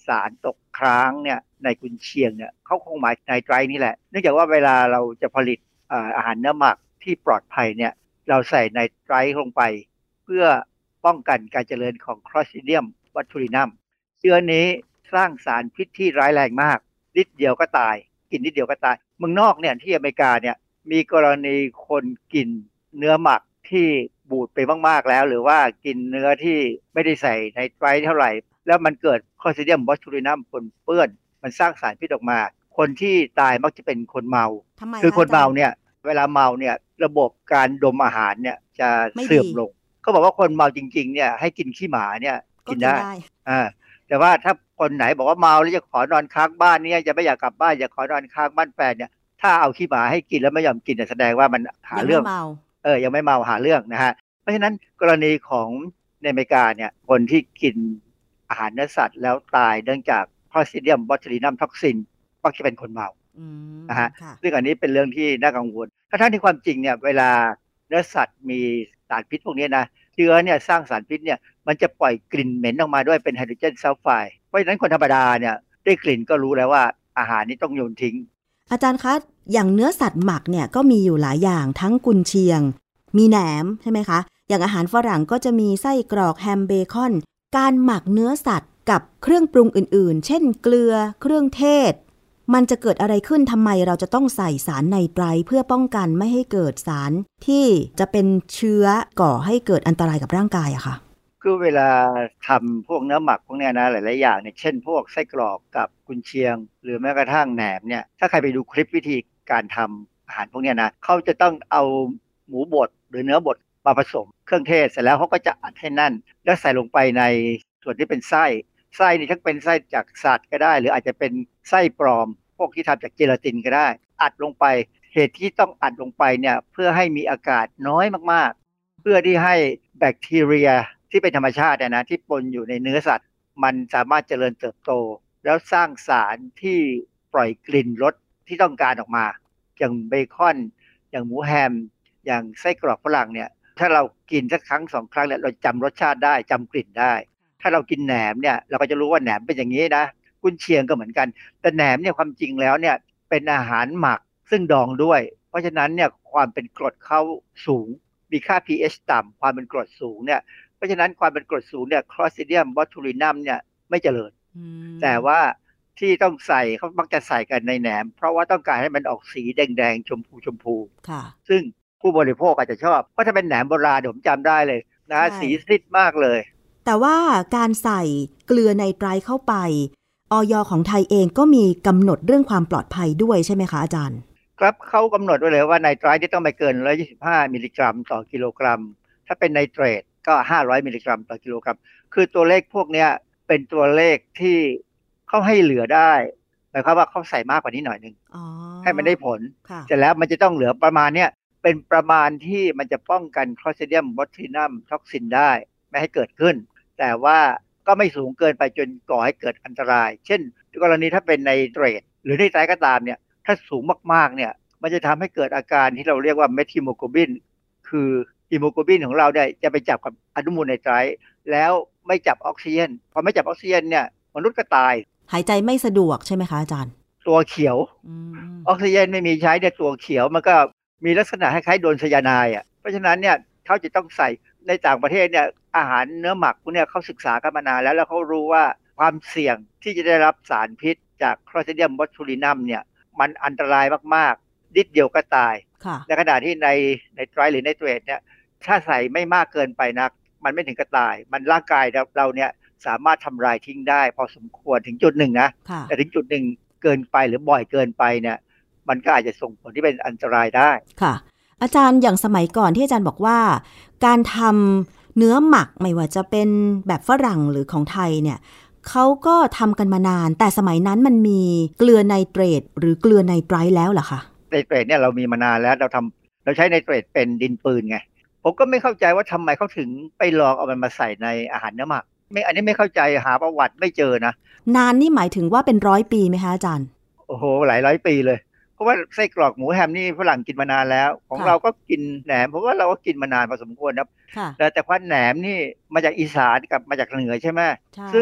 สารตกค้างเนี่ยในกุนเชียงเนี่ยเขาคงหมายไนไตรท์นี่แหละเนื่องจากว่าเวลาเราจะผลิตอาหารเนื้อหมักที่ปลอดภัยเนี่ยเราใส่ไนไตรท์ลงไปเพื่อป้องกันการเจริญของ Clostridium botulinum เชื้อนี้สร้างสารพิษที่ร้ายแรงมากนิดเดียวก็ตายกินนิดเดียวก็ตายเมืองนอกเนี่ยที่อเมริกาเนี่ยมีกรณีคนกินเนื้อหมักที่บูดไปมากๆแล้วหรือว่ากินเนื้อที่ไม่ได้ใส่ไนไตรท์เท่าไหร่แล้วมันเกิด Clostridium botulinum ปนเปื้อนมันสร้างสารพิษออกมาคนที่ตายมักจะเป็นคนเมาคือคนเมาเนี่ยเวลาเมาเนี่ยระบบการดมอาหารเนี่ยจะเสื่อมลงเขาบอกว่าคนเมาจริงๆเนี่ยให้กินขี้หมาเนี่ยกินได้แต่ว่าถ้าคนไหนบอกว่าเมาแล้วจะขอนอนค้างบ้านเนี่ยจะไม่อยากกลับบ้านอยากขอนอนค้างบ้านแฟนเนี่ยถ้าเอาขี้หมาให้กินแล้วไม่ยอมกินแสดงว่ามันหาเรื่องยังไม่เมาหาเรื่องนะฮะเพราะฉะนั้นกรณีของในอเมริกาเนี่ยคนที่กินอาหารเนื้อสัตว์แล้วตายเนื่องจาก Clostridium botulinum toxin มักจะเป็นคนเมานะฮะซึ่งอันนี้เป็นเรื่องที่น่ากังวลทั้งที่ความจริงเนี่ยเวลาเนื้อสัตว์มีสารพิษพวกนี้นะเชื้อเนี่ยสร้างสารพิษเนี่ยมันจะปล่อยกลิ่นเหม็นออกมาด้วยเป็นไฮโดรเจนซัลไฟด์เพราะฉะนั้นคนธรรมดาเนี่ยได้กลิ่นก็รู้แล้วว่าอาหารนี้ต้องโยนทิ้งอาจารย์คะอย่างเนื้อสัตว์หมักเนี่ยก็มีอยู่หลายอย่างทั้งกุนเชียงมีแหนมใช่ไหมคะอย่างอาหารฝรั่งก็จะมีไส้กรอกแฮมเบคอนการหมักเนื้อสัตว์กับเครื่องปรุงอื่นๆเช่นเกลือเครื่องเทศมันจะเกิดอะไรขึ้นทำไมเราจะต้องใส่สารไนไตรท์เพื่อป้องกันไม่ให้เกิดสารที่จะเป็นเชื้อก่อให้เกิดอันตรายกับร่างกายอะค่ะคือเวลาทำพวกเนื้อหมักพวกนี้นะหลายๆอย่างเนี่ยเช่นพวกไส้กรอกกับกุนเชียงหรือแม้กระทั่งแหนมเนี่ยถ้าใครไปดูคลิปวิธีการทำอาหารพวกนี้นะเขาจะต้องเอาหมูบดหรือเนื้อบดมาผสมเครื่องเทศเสร็จแล้วเขาก็จะอัดให้แน่นแล้วใส่ลงไปในส่วนที่เป็นไส้นี่ทั้งเป็นไส้จากสัตว์ก็ได้หรืออาจจะเป็นไส้ปลอมพวกที่ทำจากเจลาตินก็ได้อัดลงไปเหตุที่ต้องอัดลงไปเนี่ยเพื่อให้มีอากาศน้อยมากๆเพื่อที่ให้แบคทีเรียที่เป็นธรรมชาตินะที่ปนอยู่ในเนื้อสัตว์มันสามารถเจริญเติบโตแล้วสร้างสารที่ปล่อยกลิ่นรสที่ต้องการออกมาอย่างเบคอนอย่างหมูแฮมอย่างไส้กรอกฝรั่งเนี่ยถ้าเรากินสักครั้งสองครั้งเนี่ยเราจำรสชาติได้จำกลิ่นได้ถ้าเรากินแหนมเนี่ยเราก็จะรู้ว่าแหนมเป็นอย่างนี้นะกุนเชียงก็เหมือนกันแต่แหนมเนี่ยความจริงแล้วเนี่ยเป็นอาหารหมักซึ่งดองด้วยเพราะฉะนั้นเนี่ยความเป็นกรดเขาสูงมีค่า pH ต่ำความเป็นกรดสูงเนี่ยเพราะฉะนั้นความเป็นกรดสูงเนี่ย Clostridium botulinum เนี่ยไม่เจริญแต่ว่าที่ต้องใส่เขามักจะใส่กันในแหนมเพราะว่าต้องการให้มันออกสีแดงๆชมพูซึ่งผู้บริโภคอาจจะชอบเพราะถ้าเป็นแหนมโบราณผมจำได้เลยนะสีซีดมากเลยแต่ว่าการใส่เกลือไนไตรท์เข้าไปอย.ของไทยเองก็มีกำหนดเรื่องความปลอดภัยด้วยใช่ไหมคะอาจารย์ครับเขากำหนดไว้เลยว่าไนไตรท์ที่ต้องไม่เกิน125มิลลิกรัมต่อกิโลกรัมถ้าเป็นไนเตรตก็500มิลลิกรัมต่อกิโลกรัมคือตัวเลขพวกนี้เป็นตัวเลขที่เขาให้เหลือได้หมายความว่าเขาใส่มากกว่านี้หน่อยนึงให้มันได้ผลเสร็จแล้วมันจะต้องเหลือประมาณเนี้ยเป็นประมาณที่มันจะป้องกัน Clostridium botulinum toxin ได้ไม่ให้เกิดขึ้นแต่ว่าก็ไม่สูงเกินไปจนก่อให้เกิดอันตรายเช่นกรณีถ้าเป็นไนเตรตหรือไนไตรท์ก็ตามเนี่ยถ้าสูงมากๆเนี่ยมันจะทำให้เกิดอาการที่เราเรียกว่าเมทฮิโมโกลบินคือฮีโมโกลบินของเราเนี่ยจะไปจับกับอนุมูลไนไตรท์แล้วไม่จับออกซิเจนพอไม่จับออกซิเจนเนี่ยมนุษย์ก็ตายหายใจไม่สะดวกใช่ไหมคะอาจารย์ตัวเขียวออกซิเจนไม่มีใช้เนี่ยตัวเขียวมันก็มีลักษณะคล้ายๆโดนไซยาไนด์อ่ะเพราะฉะนั้นเนี่ยเขาจะต้องใส่ในต่างประเทศเนี่ยอาหารเนื้อหมักพวกนี้เขาศึกษากันมานานแล้วเขารู้ว่าความเสี่ยงที่จะได้รับสารพิษจาก Clostridium botulinum เนี่ยมันอันตรายมากๆนิดเดียวก็ตายในขณะที่ในไตรท์หรือในเตรตเนี่ยถ้าใส่ไม่มากเกินไปนักมันไม่ถึงกับตายมันร่างกายเราเนี่ยสามารถทำลายทิ้งได้พอสมควรถึงจุดหนึ่งนะแต่ถึงจุดหนึ่งเกินไปหรือบ่อยเกินไปเนี่ยมันก็อาจจะส่งผลที่เป็นอันตรายได้ค่ะอาจารย์อย่างสมัยก่อนที่อาจารย์บอกว่าการทำเนื้อหมักไม่ว่าจะเป็นแบบฝรั่งหรือของไทยเนี่ยเขาก็ทำกันมานานแต่สมัยนั้นมันมีเกลือไนเตรตหรือเกลือไนไตรท์แล้วเหรอคะไนเตรตเนี่ยเรามีมานานแล้วเราใช้ไนเตรตเป็นดินปืนไงผมก็ไม่เข้าใจว่าทำไมเขาถึงไปลองเอามันมาใส่ในอาหารเนื้อหมักอันนี้ไม่เข้าใจหาประวัติไม่เจอนะนานนี่หมายถึงว่าเป็น100 ปีไหมคะอาจารย์โอ้โหหลายร้อยปีเลยเพราะว่าไส้กรอกหมูแฮมนี่ฝรั่งกินมานานแล้วของเราก็กินแหนมเพราะว่าเราก็กินมานานพอสมควรครับแต่ความแหนมนี่มาจากอีสานกับมาจากเหนือใช่ไหมซึ่ง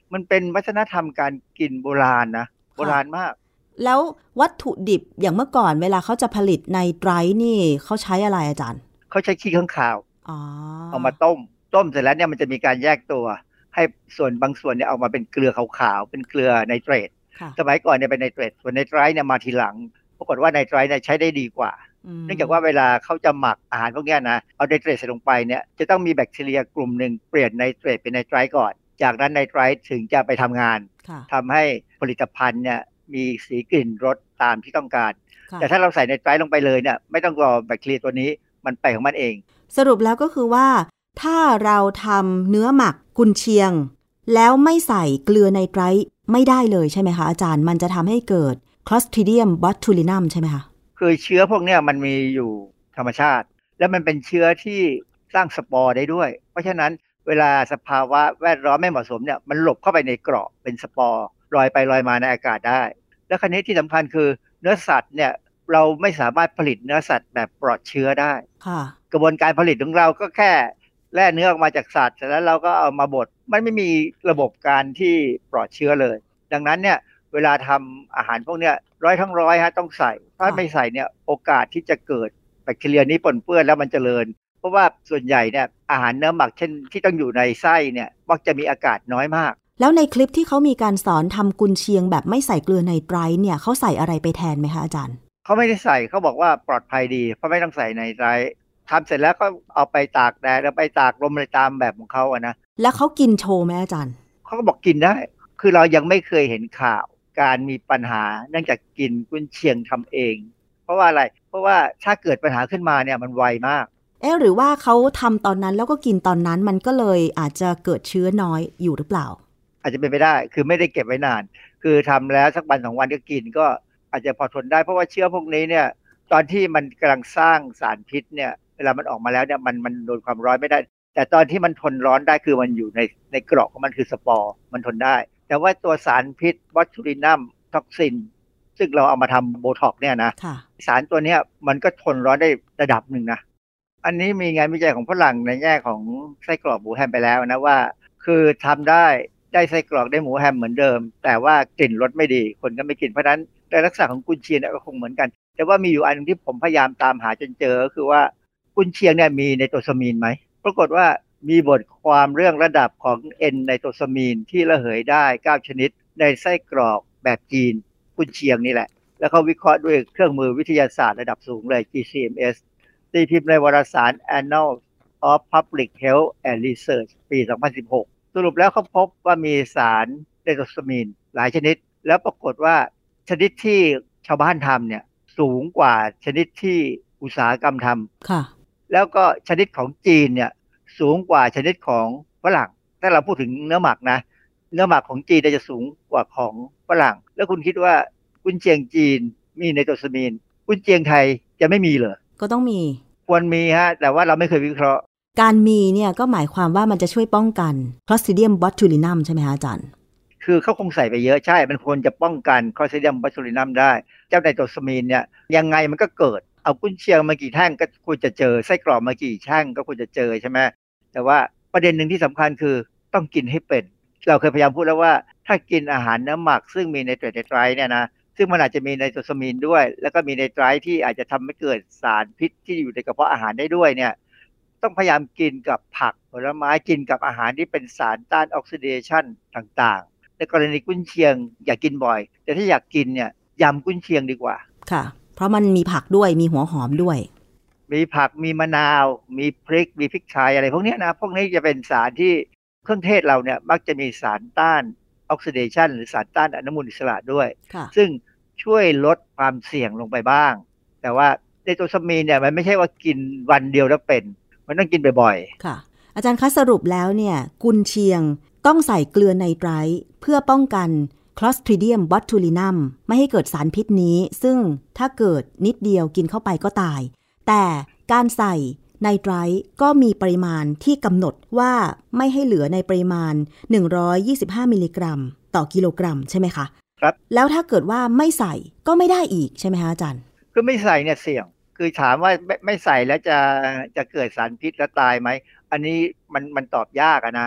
มันเป็นวัฒนธรรมการกินโบราณนะโบราณมากแล้ววัตถุดิบอย่างเมื่อก่อนเวลาเขาจะผลิตในไตรนี่เขาใช้อะไรอาจารย์เขาใช้ขี้ข้างคาวเอามาต้มเสร็จแล้วเนี่ยมันจะมีการแยกตัวให้ส่วนบางส่วนเนี่ยออกมาเป็นเกลือขาวๆเป็นเกลือไนเตรตสมัยก่อนเนี่ยเป็นไนเตรตส่วนไนไตรเนี่ยมาทีหลังปรากฏว่าไนไตรเนี่ยใช้ได้ดีกว่าเนื่องจากว่าเวลาเขาจะหมักอาหารพวกนี้นะเอาไนเตรตใส่ลงไปเนี่ยจะต้องมีแบคทีเรียกลุ่มหนึ่งเปลี่ยนไนเตรตเป็นไนไตรก่อนจากนั้นไนไตรถึงจะไปทำงานทำให้ผลิตภัณฑ์เนี่ยมีสีกลิ่นรสตามที่ต้องการแต่ถ้าเราใส่ไนไตรลงไปเลยเนี่ยไม่ต้องรอแบคทีเรียตัวนี้มันไปของมันเองสรุปแล้วก็คือว่าถ้าเราทำเนื้อหมักกุนเชียงแล้วไม่ใส่เกลือไนไตรไม่ได้เลยใช่ไหมคะอาจารย์มันจะทำให้เกิด Clostridium botulinum ใช่ไหมคะคือเชื้อพวกนี้มันมีอยู่ธรรมชาติแล้วมันเป็นเชื้อที่สร้างสปอร์ได้ด้วยเพราะฉะนั้นเวลาสภาวะแวดล้อมไม่เหมาะสมเนี่ยมันหลบเข้าไปในเกราะเป็นสปอร์ลอยไปลอยมาในอากาศได้และคราวนี้ที่สำคัญคือเนื้อสัตว์เนี่ยเราไม่สามารถผลิตเนื้อสัตว์แบบปลอดเชื้อได้กระบวนการผลิตของเราก็แค่แล่เนื้อออกมาจากสัตว์เสร็จแล้วเราก็เอามาบดมันไม่มีระบบการที่ปลอดเชื้อเลยดังนั้นเนี่ยเวลาทำอาหารพวกเนี้ยร้อยต้องใส่ถ้าไม่ใส่เนี่ยโอกาสที่จะเกิดแบคทีเรียนี้ปนเปื้อนแล้วมันเจริญเพราะว่าส่วนใหญ่เนี่ยอาหารเนื้อหมักเช่นที่ต้องอยู่ในไส้เนี่ยมักจะมีอากาศน้อยมากแล้วในคลิปที่เขามีการสอนทำกุนเชียงแบบไม่ใส่เกลือไนไตรเนี่ยเขาใส่อะไรไปแทนไหมคะอาจารย์เขาไม่ได้ใส่เขาบอกว่าปลอดภัยดีเพราะไม่ต้องใส่ไนไตรทำเสร็จแล้วก็เอาไปตากแดดแล้วไปตากลมอะไรตามแบบของเขาอะนะแล้วเขากินโชว์ไหมอาจารย์เขาก็บอกกินได้คือเรายังไม่เคยเห็นข่าวการมีปัญหาเนื่องจากกินกุนเชียงทำเองเพราะว่าอะไรเพราะว่าถ้าเกิดปัญหาขึ้นมาเนี่ยมันไวมากหรือว่าเขาทำตอนนั้นแล้วก็กินตอนนั้นมันก็เลยอาจจะเกิดเชื้อน้อยอยู่หรือเปล่าอาจจะเป็นไปได้คือไม่ได้เก็บไว้นานคือทำแล้วสักวัน2 วันก็กินก็อาจจะพอทนได้เพราะว่าเชื้อพวกนี้เนี่ยตอนที่มันกำลังสร้างสารพิษเนี่ยเวลามันออกมาแล้วเนี่ยมันโดนความร้อนไม่ได้แต่ตอนที่มันทนร้อนได้คือมันอยู่ในเกราะของมันคือสปอร์มันทนได้แต่ว่าตัวสารพิษบอทูลินัมท็อกซินซึ่งเราเอามาทำโบท็อกเนี่ยนะสารตัวนี้มันก็ทนร้อนได้ระดับหนึ่งนะอันนี้มีงานวิจัยของฝรั่งในแง่ของไส้กรอกหมูแฮมไปแล้วนะว่าคือทำได้ไส้กรอกได้หมูแฮมเหมือนเดิมแต่ว่ากลิ่นรสไม่ดีคนก็ไม่กินเพราะนั้นในลักษณะของกุนเชียงก็คงเหมือนกันแต่ว่ามีอยู่อันนึงที่ผมพยายามตามหาจนเจอก็คือว่ากุนเชียงเนี่ยมีไนโตรซามีนไหมปรากฏว่ามีบทความเรื่องระดับของเอนไนโตรซามีนที่ระเหยได้9ชนิดในไส้กรอกแบบจีนกุนเชียงนี่แหละแล้วเขาวิเคราะห์ด้วยเครื่องมือวิทยาศาสตร์ระดับสูงเลย GCMS ตีพิมพ์ในวารสาร Annals of Public Health and Research ปี 2016 สรุปแล้วเขาพบว่ามีสารไนโตรซามีนหลายชนิดแล้วปรากฏว่าชนิดที่ชาวบ้านทำเนี่ยสูงกว่าชนิดที่อุตสาหกรรมทำแล้วก็ชนิดของจีนเนี่ยสูงกว่าชนิดของฝรั่งถ้าเราพูดถึงเนื้อหมักนะเนื้อหมักของจีนจะสูงกว่าของฝรั่งแล้วคุณคิดว่ากุนเชียงจีนมีไนโตรซามีนกุนเชียงไทยจะไม่มีเหรอก็ต้องมีควรมีฮะแต่ว่าเราไม่เคยวิเคราะห์การมีเนี่ยก็หมายความว่ามันจะช่วยป้องกัน Clostridium botulinum ใช่ไหมคะอาจารย์คือเขาคงใส่ไปเยอะใช่มันควรจะป้องกัน Clostridium botulinum ได้เจ้าไนโตรซามีนเนี่ยยังไงมันก็เกิดเอากุนเชียงมากี่แท่งก็ควรจะเจอไส้กรอกมากี่แท่งก็ควรจะเจอใช่ไหมแต่ว่าประเด็นหนึ่งที่สำคัญคือต้องกินให้เป็นเราเคยพยายามพูดแล้วว่าถ้ากินอาหารเนื้อหมักซึ่งมีไนเตรตไนไตรเนี่ยนะซึ่งมันอาจจะมีไนโตรซามีนด้วยแล้วก็มีไนไตรที่อาจจะทำให้เกิดสารพิษที่อยู่ในกระเพาะอาหารได้ด้วยเนี่ยต้องพยายามกินกับผักผลไม้กินกับอาหารที่เป็นสารต้านออกซิเดชันต่างๆในกรณีกุนเชียงอยากกินบ่อยแต่ถ้าอยากกินเนี่ยยำกุนเชียงดีกว่าค่ะเพราะมันมีผักด้วยมีหัวหอมด้วยมีผักมีมะนาวมีพริกมีพริกไทยอะไรพวกนี้นะพวกนี้จะเป็นสารที่เครื่องเทศเราเนี่ยมักจะมีสารต้านออกซิเดชันหรือสารต้านอนุมูลอิสระด้วยซึ่งช่วยลดความเสี่ยงลงไปบ้างแต่ว่าไนโตรซามีนเนี่ยมันไม่ใช่ว่ากินวันเดียวแล้วเป็นมันต้องกินบ่อยๆค่ะอาจารย์คะสรุปแล้วเนี่ยกุนเชียงต้องใส่เกลือไนไตรเพื่อป้องกัน Clostridium botulinum ไม่ให้เกิดสารพิษนี้ซึ่งถ้าเกิดนิดเดียวกินเข้าไปก็ตายแต่การใส่ไนไตรก็มีปริมาณที่กำหนดว่าไม่ให้เหลือในปริมาณ125มิลลิกรัมต่อกิโลกรัมใช่ไหมคะครับแล้วถ้าเกิดว่าไม่ใส่ก็ไม่ได้อีกใช่ไหมคะอาจารย์คือไม่ใส่เนี่ยเสี่ยงคือถามว่าไม่ใส่แล้วจะเกิดสารพิษแล้วตายไหมอันนี้มันตอบยากนะ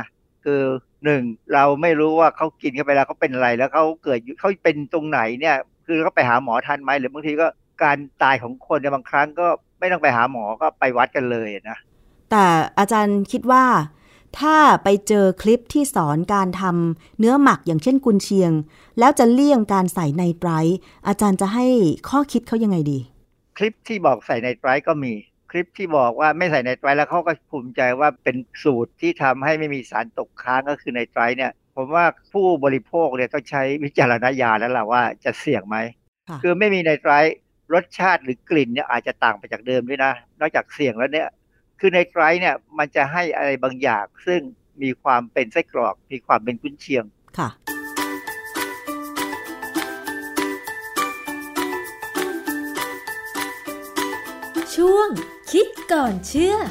คือ1เราไม่รู้ว่าเขากินเข้าไปแล้วเขาเป็นอะไรแล้วเขาเป็นตรงไหนเนี่ยคือเขาไปหาหมอทันไหมหรือบางทีก็การตายของคนเนี่ยบางครั้งก็ไม่ต้องไปหาหมอก็ไปวัดกันเลยนะแต่อาจารย์คิดว่าถ้าไปเจอคลิปที่สอนการทำเนื้อหมักอย่างเช่นกุนเชียงแล้วจะเลี่ยงการใส่ไนไตรท์อาจารย์จะให้ข้อคิดเขายังไงดีคลิปที่บอกใส่ไนไตรท์ก็มีคลิปที่บอกว่าไม่ใส่ไนไตรท์แล้วเขาก็ภูมิใจว่าเป็นสูตรที่ทำให้ไม่มีสารตกค้างก็คือไนไตรท์เนี่ยผมว่าผู้บริโภคเนี่ยต้องใช้วิจารณญาณแล้วล่ะว่าจะเสี่ยงไหมคือไม่มีไนไตรท์รสชาติหรือกลิ่นเนี่ยอาจจะต่างไปจากเดิมด้วยนะนอกจากเสี่ยงแล้วเนี่ยคือไนไตรท์เนี่ยมันจะให้อะไรบางอย่างซึ่งมีความเป็นไส้กรอกมีความเป็นกุนเชียงค่ะช่วงคิดก่อนเชื่อ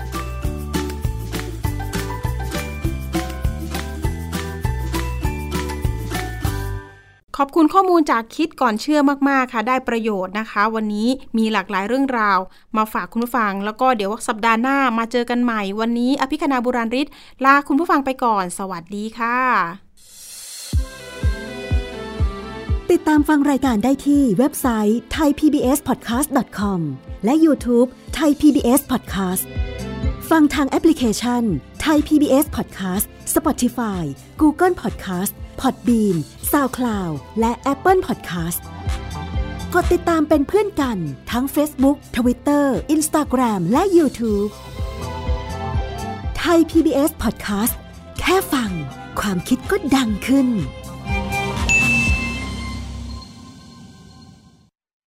ขอบคุณข้อมูลจากคิดก่อนเชื่อมากๆค่ะได้ประโยชน์นะคะวันนี้มีหลากหลายเรื่องราวมาฝากคุณผู้ฟังแล้วก็เดี๋ยวสัปดาห์หน้ามาเจอกันใหม่วันนี้อภิคณาบุราริศลาคุณผู้ฟังไปก่อนสวัสดีค่ะติดตามฟังรายการได้ที่เว็บไซต์ thaipbspodcast.com และ YouTube Thai PBS Podcast ฟังทางแอปพลิเคชัน Thai PBS Podcast Spotify Google Podcast Podbean SoundCloud และ Apple Podcast กดติดตามเป็นเพื่อนกันทั้ง Facebook Twitter Instagram และ YouTube Thai PBS Podcast แค่ฟังความคิดก็ดังขึ้น